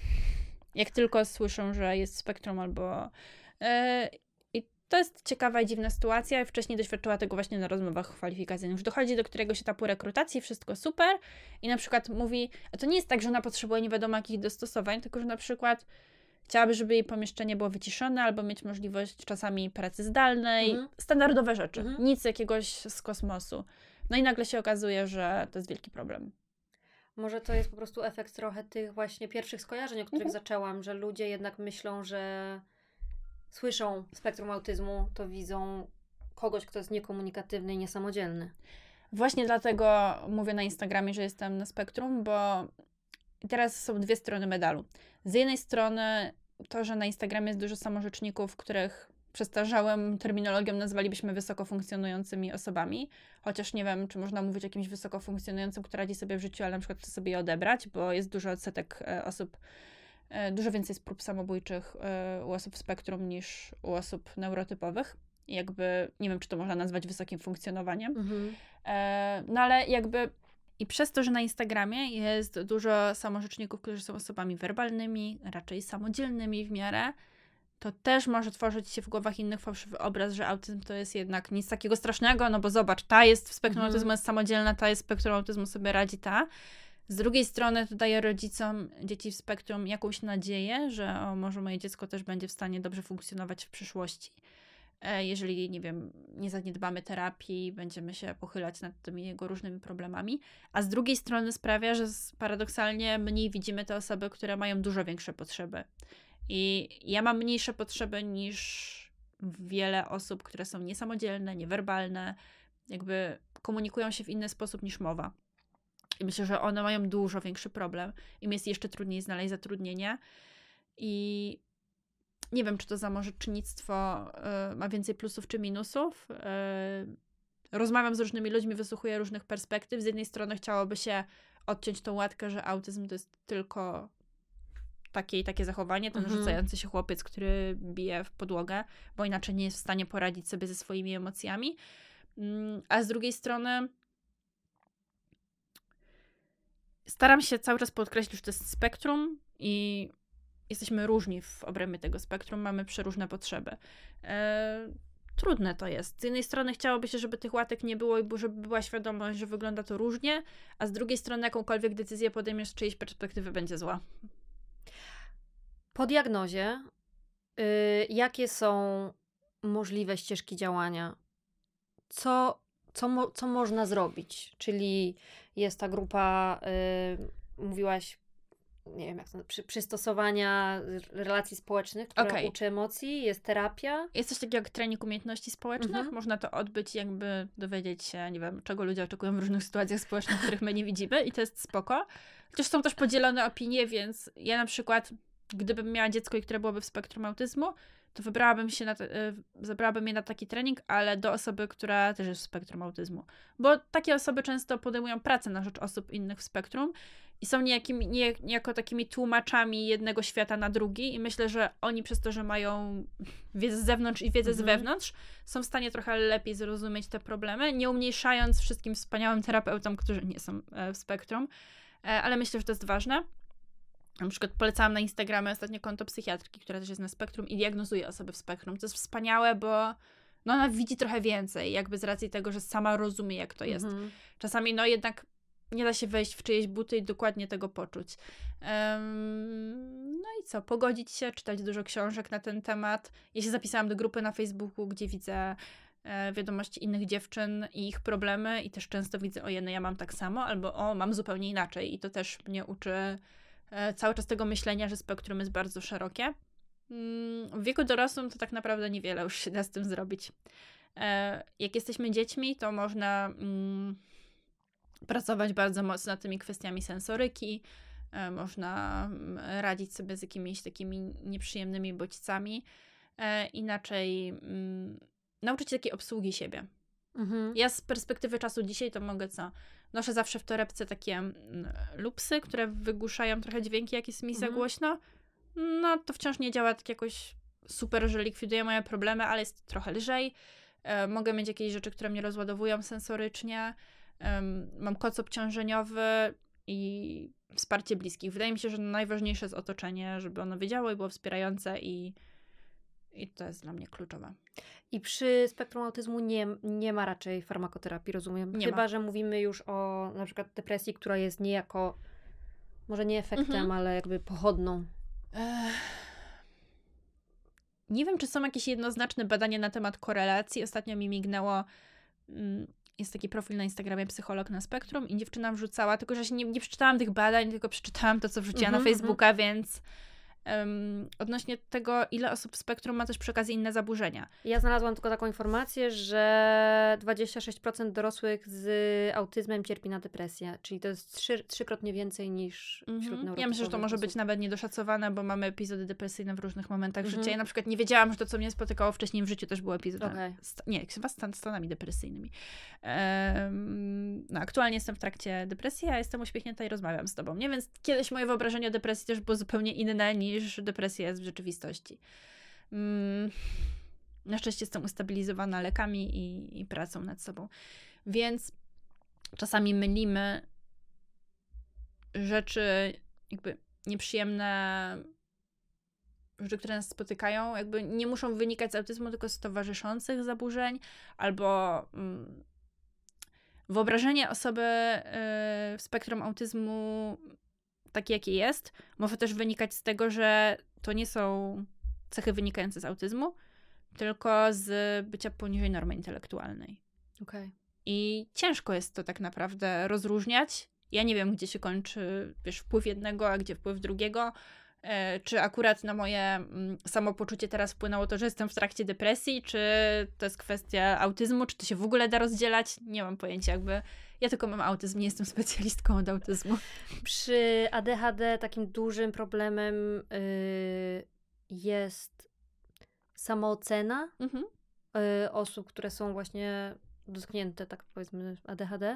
Jak tylko słyszą, że jest spektrum albo... E, I to jest ciekawa i dziwna sytuacja. Wcześniej doświadczyła tego właśnie na rozmowach kwalifikacyjnych. Już dochodzi do któregoś etapu rekrutacji, wszystko super i na przykład mówi, a to nie jest tak, że ona potrzebuje nie wiadomo jakich dostosowań, tylko że na przykład chciałaby, żeby jej pomieszczenie było wyciszone albo mieć możliwość czasami pracy zdalnej.
Mhm.
Standardowe rzeczy.
Mhm.
Nic jakiegoś z kosmosu. No i nagle się okazuje, że to jest wielki problem.
Może to jest po prostu efekt trochę tych właśnie pierwszych skojarzeń, o których
Mhm.
zaczęłam, że ludzie jednak myślą, że słyszą spektrum autyzmu, to widzą kogoś, kto jest niekomunikatywny i niesamodzielny.
Właśnie dlatego mówię na Instagramie, że jestem na spektrum, bo teraz są dwie strony medalu. Z jednej strony to, że na Instagramie jest dużo samorzeczników, których przestarzałym terminologią nazwalibyśmy wysoko funkcjonującymi osobami, chociaż nie wiem, czy można mówić o kimś wysoko funkcjonującym, kto radzi sobie w życiu, ale na przykład chce sobie je odebrać, bo jest dużo odsetek e, osób, e, dużo więcej jest prób samobójczych e, u osób w spektrum niż u osób neurotypowych. I jakby, nie wiem, czy to można nazwać wysokim funkcjonowaniem.
Mhm.
E, no ale jakby i przez to, że na Instagramie jest dużo samorzeczników, którzy są osobami werbalnymi, raczej samodzielnymi w miarę, to też może tworzyć się w głowach innych fałszywy obraz, że autyzm to jest jednak nic takiego strasznego, no bo zobacz, ta jest w spektrum
Mhm.
autyzmu, jest samodzielna, ta jest w spektrum autyzmu, sobie radzi ta. Z drugiej strony to daje rodzicom dzieci w spektrum jakąś nadzieję, że o, może moje dziecko też będzie w stanie dobrze funkcjonować w przyszłości. E, jeżeli, nie wiem, nie zaniedbamy terapii, będziemy się pochylać nad tymi jego różnymi problemami. A z drugiej strony sprawia, że paradoksalnie mniej widzimy te osoby, które mają dużo większe potrzeby. I ja mam mniejsze potrzeby niż wiele osób, które są niesamodzielne, niewerbalne, jakby komunikują się w inny sposób niż mowa. I myślę, że one mają dużo większy problem. Im jest jeszcze trudniej znaleźć zatrudnienie. I nie wiem, czy to zamożycznictwo y, ma więcej plusów czy minusów. Y, rozmawiam z różnymi ludźmi, wysłuchuję różnych perspektyw. Z jednej strony chciałoby się odciąć tą łatkę, że autyzm to jest tylko takie i takie zachowanie, ten
Mhm.
rzucający się chłopiec, który bije w podłogę, bo inaczej nie jest w stanie poradzić sobie ze swoimi emocjami. Mm, a z drugiej strony staram się cały czas podkreślić, że to jest spektrum i jesteśmy różni w obrębie tego spektrum, mamy przeróżne potrzeby. E, trudne to jest. Z jednej strony chciałoby się, żeby tych łatek nie było i żeby była świadomość, że wygląda to różnie, a z drugiej strony jakąkolwiek decyzję podejmiesz z czyjejś perspektywy będzie zła.
Po diagnozie, y, jakie są możliwe ścieżki działania? Co, co, mo, co można zrobić? Czyli jest ta grupa, y, mówiłaś, nie wiem jak to, przy, przystosowania relacji społecznych, która
Okej.
uczy emocji, jest terapia.
Jest coś takiego jak trening umiejętności społecznych.
Mhm.
Można to odbyć, jakby dowiedzieć się, nie wiem, czego ludzie oczekują w różnych sytuacjach społecznych, których my nie widzimy i to jest spoko. Chociaż są też podzielone opinie, więc ja na przykład, gdybym miała dziecko, które byłoby w spektrum autyzmu, to wybrałabym się na te, zabrałabym je na taki trening, ale do osoby, która też jest w spektrum autyzmu. Bo takie osoby często podejmują pracę na rzecz osób innych w spektrum i są niejakimi, nie, niejako takimi tłumaczami jednego świata na drugi i myślę, że oni przez to, że mają wiedzę z zewnątrz i wiedzę
Mhm.
z wewnątrz, są w stanie trochę lepiej zrozumieć te problemy, nie umniejszając wszystkim wspaniałym terapeutom, którzy nie są w spektrum, ale myślę, że to jest ważne. Na przykład polecałam na Instagramie ostatnio konto psychiatrki, która też jest na spektrum i diagnozuje osoby w spektrum. To jest wspaniałe, bo no ona widzi trochę więcej, jakby z racji tego, że sama rozumie, jak to jest.
Mhm.
Czasami no jednak nie da się wejść w czyjeś buty i dokładnie tego poczuć. Um, no i co? Pogodzić się, czytać dużo książek na ten temat. Ja się zapisałam do grupy na Facebooku, gdzie widzę e, wiadomości innych dziewczyn i ich problemy i też często widzę, o jedno, ja mam tak samo, albo o, mam zupełnie inaczej i to też mnie uczy e, cały czas tego myślenia, że spektrum jest bardzo szerokie. Mm, w wieku dorosłym to tak naprawdę niewiele już się da z tym zrobić. E, jak jesteśmy dziećmi, to można mm, pracować bardzo mocno nad tymi kwestiami sensoryki, e, można mm, radzić sobie z jakimiś takimi nieprzyjemnymi bodźcami. E, inaczej mm, nauczyć się takiej obsługi siebie.
Mhm.
Ja z perspektywy czasu dzisiaj to mogę co? Noszę zawsze w torebce takie mm, lupsy, które wygłuszają trochę dźwięki, jak jest mi za
Mhm.
głośno. No to wciąż nie działa tak jakoś super, że likwiduje moje problemy, ale jest trochę lżej. E, mogę mieć jakieś rzeczy, które mnie rozładowują sensorycznie. E, mam koc obciążeniowy i wsparcie bliskich. Wydaje mi się, że najważniejsze jest otoczenie, żeby ono wiedziało i było wspierające i, i to jest dla mnie kluczowe.
I przy spektrum autyzmu nie, nie ma raczej farmakoterapii, rozumiem.
Nie
Chyba,
ma.
że mówimy już o na przykład depresji, która jest niejako, może nie efektem,
Mhm.
ale jakby pochodną.
Ech. Nie wiem, czy są jakieś jednoznaczne badania na temat korelacji. Ostatnio mi mignęło, mm, jest taki profil na Instagramie Psycholog na Spektrum i dziewczyna wrzucała, tylko że się nie, nie przeczytałam tych badań, tylko przeczytałam to, co wrzuciła
Mhm,
na Facebooka, więc um, odnośnie tego, ile osób w spektrum ma też przy okazji inne zaburzenia.
Ja znalazłam tylko taką informację, że dwadzieścia sześć procent dorosłych z autyzmem cierpi na depresję, czyli to jest trzy, trzykrotnie więcej niż wśród
Mhm.
neurotypowych
Ja myślę, że to może
osób.
być nawet niedoszacowane, bo mamy epizody depresyjne w różnych momentach
Mhm.
życia. Ja na przykład nie wiedziałam, że to, co mnie spotykało wcześniej w życiu, też było epizodami.
Okej.
Sta- nie, chyba stan, stanami depresyjnymi. Ehm, no, aktualnie jestem w trakcie depresji, a jestem uśmiechnięta i rozmawiam z tobą, nie? Więc kiedyś moje wyobrażenie o depresji też było zupełnie inne niż depresja jest w rzeczywistości. Mm, na szczęście jestem ustabilizowana lekami i, i pracą nad sobą. Więc czasami mylimy rzeczy jakby nieprzyjemne rzeczy, które nas spotykają, jakby nie muszą wynikać z autyzmu, tylko z towarzyszących zaburzeń, albo mm, wyobrażenie osoby yy, w spektrum autyzmu takie, jakie jest, może też wynikać z tego, że to nie są cechy wynikające z autyzmu, tylko z bycia poniżej normy intelektualnej.
Okej. Okay.
I ciężko jest to tak naprawdę rozróżniać. Ja nie wiem, gdzie się kończy, wiesz, wpływ jednego, a gdzie wpływ drugiego. E, czy akurat na moje mm, samopoczucie teraz wpłynęło to, że jestem w trakcie depresji, czy to jest kwestia autyzmu, czy to się w ogóle da rozdzielać? Nie mam pojęcia, jakby ja tylko mam autyzm, nie jestem specjalistką od autyzmu.
Przy A D H D takim dużym problemem yy, jest samoocena
Mhm.
yy, osób, które są właśnie dotknięte, tak powiedzmy, A D H D.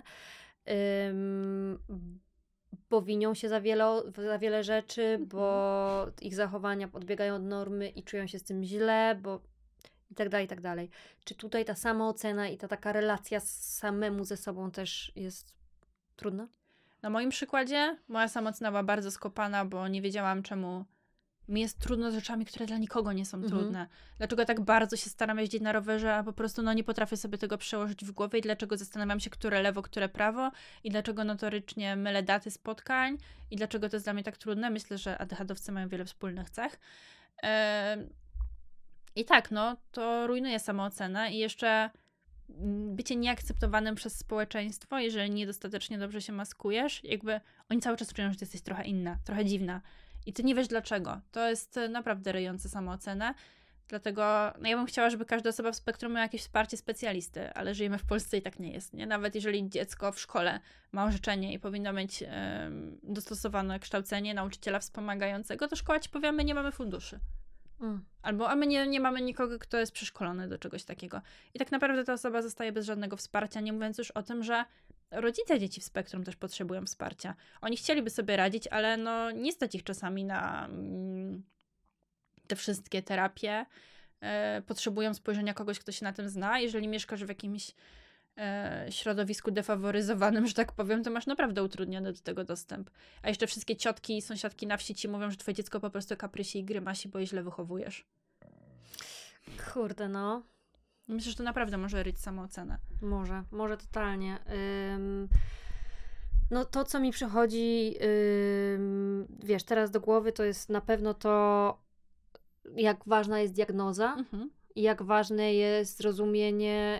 Yy, bo winią się za wiele, za wiele rzeczy, mhm. bo ich zachowania odbiegają od normy i czują się z tym źle, bo i tak dalej, i tak dalej. Czy tutaj ta samoocena i ta taka relacja z samemu ze sobą też jest trudna?
Na moim przykładzie moja samoocena była bardzo skopana, bo nie wiedziałam, czemu mi jest trudno z rzeczami, które dla nikogo nie są mhm. trudne. Dlaczego tak bardzo się staram jeździć na rowerze, a po prostu no nie potrafię sobie tego przełożyć w głowie i dlaczego zastanawiam się, które lewo, które prawo i dlaczego notorycznie mylę daty spotkań i dlaczego to jest dla mnie tak trudne. Myślę, że A D H D-owcy mają wiele wspólnych cech. Yy... I tak, no, to rujnuje samoocenę i jeszcze bycie nieakceptowanym przez społeczeństwo, jeżeli niedostatecznie dobrze się maskujesz, jakby oni cały czas czują, że ty jesteś trochę inna, trochę dziwna. I ty nie wiesz dlaczego. To jest naprawdę ryjące samoocenę. Dlatego no ja bym chciała, żeby każda osoba w spektrum miała jakieś wsparcie specjalisty, ale żyjemy w Polsce i tak nie jest. Nie? Nawet jeżeli dziecko w szkole ma orzeczenie i powinno mieć yy, dostosowane kształcenie nauczyciela wspomagającego, to szkoła ci powie, my nie mamy funduszy. Mm. Albo a my nie, nie mamy nikogo, kto jest przeszkolony do czegoś takiego. I tak naprawdę ta osoba zostaje bez żadnego wsparcia, nie mówiąc już o tym, że rodzice dzieci w spektrum też potrzebują wsparcia. Oni chcieliby sobie radzić, ale no nie stać ich czasami na mm, te wszystkie terapie. E, potrzebują spojrzenia kogoś, kto się na tym zna. Jeżeli mieszkasz w jakimś e, środowisku defaworyzowanym, że tak powiem, to masz naprawdę utrudniony do tego dostęp. A jeszcze wszystkie ciotki i sąsiadki na wsi ci mówią, że twoje dziecko po prostu kaprysi i grymasi, bo je źle wychowujesz.
Kurde, no.
Myślę, że to naprawdę może ryć samoocenę.
Może, może totalnie. Ym, no to, co mi przychodzi, ym, wiesz, teraz do głowy, to jest na pewno to, jak ważna jest diagnoza mhm. i jak ważne jest zrozumienie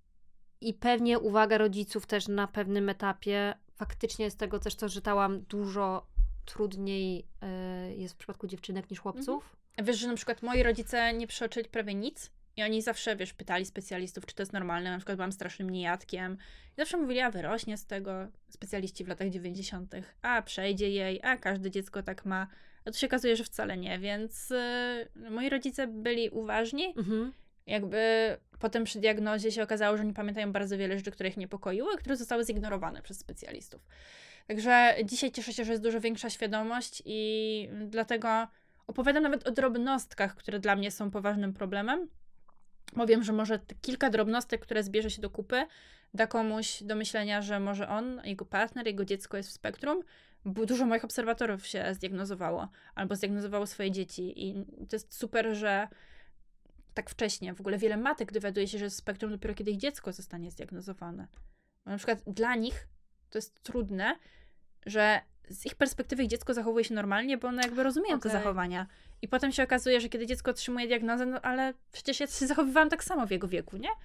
i pewnie uwaga rodziców też na pewnym etapie. Faktycznie z tego też, co czytałam, dużo trudniej y, jest w przypadku dziewczynek niż chłopców.
Mhm. Wiesz, że na przykład moi rodzice nie przeoczyli prawie nic i oni zawsze, wiesz, pytali specjalistów, czy to jest normalne. Na przykład byłam strasznym niejadkiem. I zawsze mówili, a wyrośnie z tego. Specjaliści w latach dziewięćdziesiątych. A przejdzie jej, a każde dziecko tak ma. A tu się okazuje, że wcale nie, więc yy, moi rodzice byli uważni. Mhm. Jakby potem przy diagnozie się okazało, że nie pamiętają bardzo wiele rzeczy, które ich niepokoiły, które zostały zignorowane przez specjalistów. Także dzisiaj cieszę się, że jest dużo większa świadomość i dlatego opowiadam nawet o drobnostkach, które dla mnie są poważnym problemem. Bo wiem, że może te kilka drobnostek, które zbierze się do kupy, da komuś do myślenia, że może on, jego partner, jego dziecko jest w spektrum, bo dużo moich obserwatorów się zdiagnozowało albo zdiagnozowało swoje dzieci i to jest super, że tak wcześnie. W ogóle wiele matek dowiaduje się, że jest w spektrum dopiero kiedy ich dziecko zostanie zdiagnozowane. Bo na przykład dla nich to jest trudne, że z ich perspektywy ich dziecko zachowuje się normalnie, bo one jakby rozumieją okay. te zachowania. I potem się okazuje, że kiedy dziecko otrzymuje diagnozę, no ale przecież ja się zachowywałam tak samo w jego wieku, nie?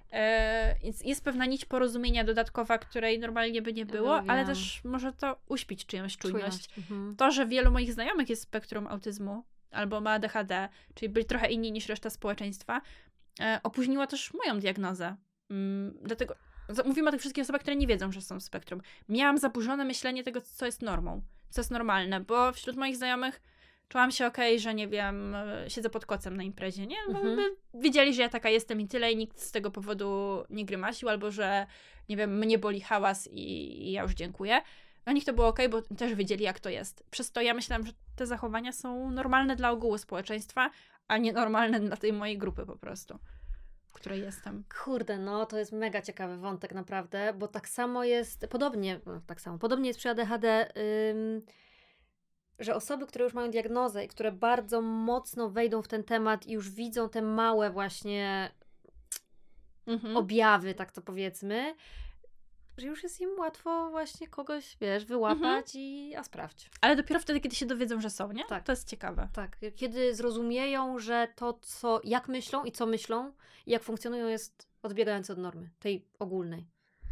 E, więc jest pewna nić porozumienia dodatkowa, której normalnie by nie było, no, ale też może to uśpić czyjąś czujność. czujność. Mhm. To, że wielu moich znajomych jest w spektrum autyzmu albo ma A D H D, czyli byli trochę inni niż reszta społeczeństwa, e, opóźniło też moją diagnozę. Mm, dlatego mówimy o tych wszystkich osobach, które nie wiedzą, że są w spektrum. Miałam zaburzone myślenie tego, co jest normą, co jest normalne, bo wśród moich znajomych czułam się okej, okay, że nie wiem, siedzę pod kocem na imprezie, nie? Bo mhm. wiedzieli, że ja taka jestem i tyle i nikt z tego powodu nie grymasił, albo że, nie wiem, mnie boli hałas i, i ja już dziękuję. Dla nich to było okej, okay, bo też wiedzieli, jak to jest. Przez to ja myślałam, że te zachowania są normalne dla ogółu społeczeństwa, a nie normalne dla tej mojej grupy po prostu, w której jestem.
Kurde, no to jest mega ciekawy wątek naprawdę, bo tak samo jest, podobnie, no, tak samo, podobnie jest przy A D H D, ym, że osoby, które już mają diagnozę i które bardzo mocno wejdą w ten temat i już widzą te małe właśnie mhm. objawy, tak to powiedzmy, że już jest im łatwo właśnie kogoś, wiesz, wyłapać mhm. i a sprawdź.
Ale dopiero wtedy, kiedy się dowiedzą, że są, nie?
Tak.
To jest ciekawe.
Tak. Kiedy zrozumieją, że to, co, jak myślą i co myślą i jak funkcjonują, jest odbiegające od normy, tej ogólnej.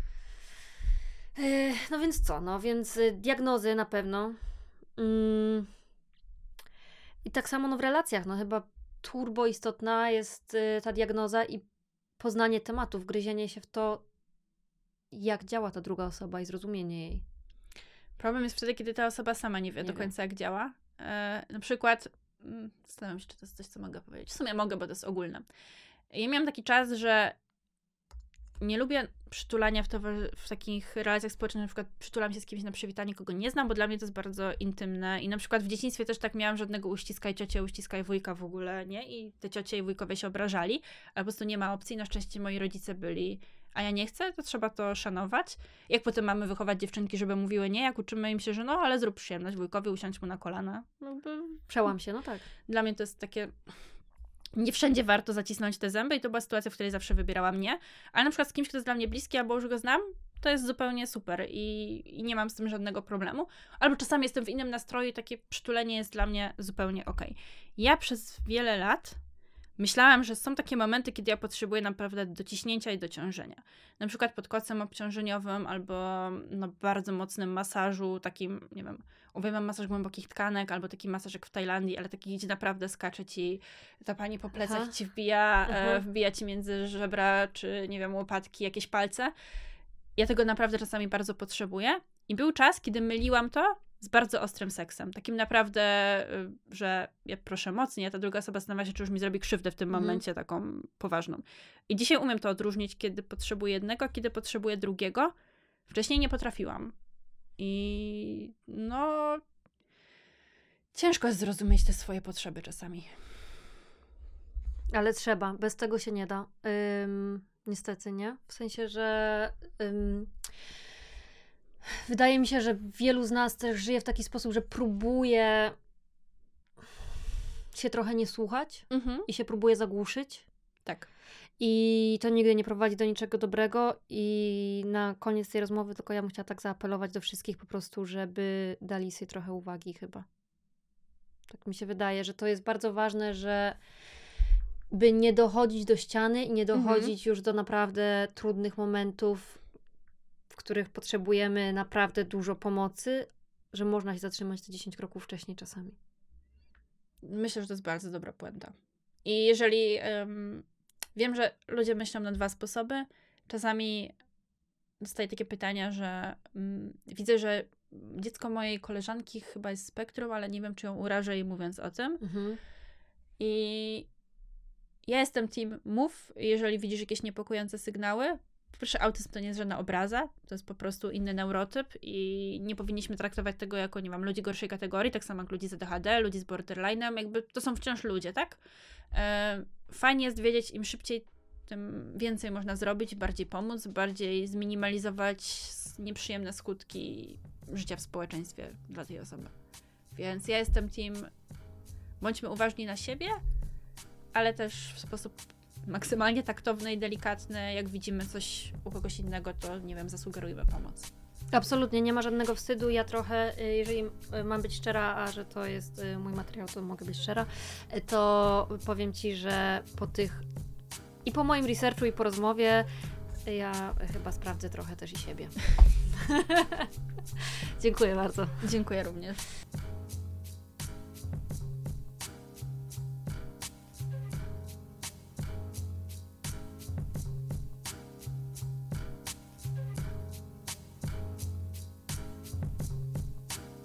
Yy, no więc co? No więc y, diagnozy na pewno. Yy. I tak samo no, w relacjach. No chyba turbo istotna jest y, ta diagnoza i poznanie tematu, wgryzienie się w to, jak działa ta druga osoba i zrozumienie jej.
Problem jest wtedy, kiedy ta osoba sama nie wie
nie
do końca, wie. jak działa. E, na przykład, mm, zastanawiam się, czy to jest coś, co mogę powiedzieć. W sumie mogę, bo to jest ogólne. Ja miałam taki czas, że nie lubię przytulania w, towar- w takich relacjach społecznych, na przykład przytulam się z kimś na przywitanie, kogo nie znam, bo dla mnie to jest bardzo intymne i na przykład w dzieciństwie też tak miałam, żadnego uściskaj ciocię, uściskaj wujka w ogóle, nie? I te ciocie i wujkowie się obrażali, ale po prostu nie ma opcji. Na szczęście moi rodzice byli, a ja nie chcę, to trzeba to szanować. Jak potem mamy wychować dziewczynki, żeby mówiły nie, jak uczymy im się, że no, ale zrób przyjemność wujkowi, usiądź mu na kolana. No, bo...
Przełam się, no tak.
Dla mnie to jest takie... Nie wszędzie warto zacisnąć te zęby i to była sytuacja, w której zawsze wybierałam nie, ale na przykład z kimś, kto jest dla mnie bliski, albo już go znam, to jest zupełnie super i, i nie mam z tym żadnego problemu. Albo czasami jestem w innym nastroju i takie przytulenie jest dla mnie zupełnie okej. Ja przez wiele lat myślałam, że są takie momenty, kiedy ja potrzebuję naprawdę dociśnięcia i dociążenia. Na przykład pod kocem obciążeniowym albo no, bardzo mocnym masażu, takim, nie wiem, uwielbiam masaż głębokich tkanek albo taki masaż jak w Tajlandii, ale taki, gdzie naprawdę skacze ci ta pani po plecach Aha. ci wbija, e, wbija ci między żebra czy, nie wiem, łopatki, jakieś palce. Ja tego naprawdę czasami bardzo potrzebuję. I był czas, kiedy myliłam to z bardzo ostrym seksem. Takim naprawdę, że ja proszę mocniej, a ta druga osoba zastanawia się, czy już mi zrobi krzywdę w tym mhm. momencie taką poważną. I dzisiaj umiem to odróżnić, kiedy potrzebuję jednego, a kiedy potrzebuję drugiego. Wcześniej nie potrafiłam. I no... ciężko jest zrozumieć te swoje potrzeby czasami.
Ale trzeba. Bez tego się nie da. Ym, niestety, nie? W sensie, że... Ym... Wydaje mi się, że wielu z nas też żyje w taki sposób, że próbuje się trochę nie słuchać mhm. i się próbuje zagłuszyć.
Tak.
I to nigdy nie prowadzi do niczego dobrego i na koniec tej rozmowy tylko ja bym chciała tak zaapelować do wszystkich po prostu, żeby dali sobie trochę uwagi chyba. Tak mi się wydaje, że to jest bardzo ważne, że by nie dochodzić do ściany i nie dochodzić mhm. już do naprawdę trudnych momentów, w których potrzebujemy naprawdę dużo pomocy, że można się zatrzymać te dziesięć kroków wcześniej czasami.
Myślę, że to jest bardzo dobra puenta. I jeżeli um, wiem, że ludzie myślą na dwa sposoby, czasami dostaję takie pytania, że um, widzę, że dziecko mojej koleżanki chyba jest spektrum, ale nie wiem, czy ją urażę jej mówiąc o tym. Mhm. I ja jestem team mów, jeżeli widzisz jakieś niepokojące sygnały. Po pierwsze, autyzm to nie jest żadna obraza, to jest po prostu inny neurotyp i nie powinniśmy traktować tego jako, nie wiem, ludzi gorszej kategorii, tak samo jak ludzi z A D H D, ludzi z borderline'em, jakby to są wciąż ludzie, tak? E, fajnie jest wiedzieć, im szybciej, tym więcej można zrobić, bardziej pomóc, bardziej zminimalizować nieprzyjemne skutki życia w społeczeństwie dla tej osoby. Więc ja jestem team, bądźmy uważni na siebie, ale też w sposób maksymalnie taktowny i delikatny. Jak widzimy coś u kogoś innego, to nie wiem, zasugerujmy pomoc.
Absolutnie, nie ma żadnego wstydu. Ja trochę, jeżeli mam być szczera, a że to jest mój materiał, to mogę być szczera, to powiem Ci, że po tych i po moim researchu i po rozmowie ja chyba sprawdzę trochę też i siebie. Dziękuję bardzo.
Dziękuję również.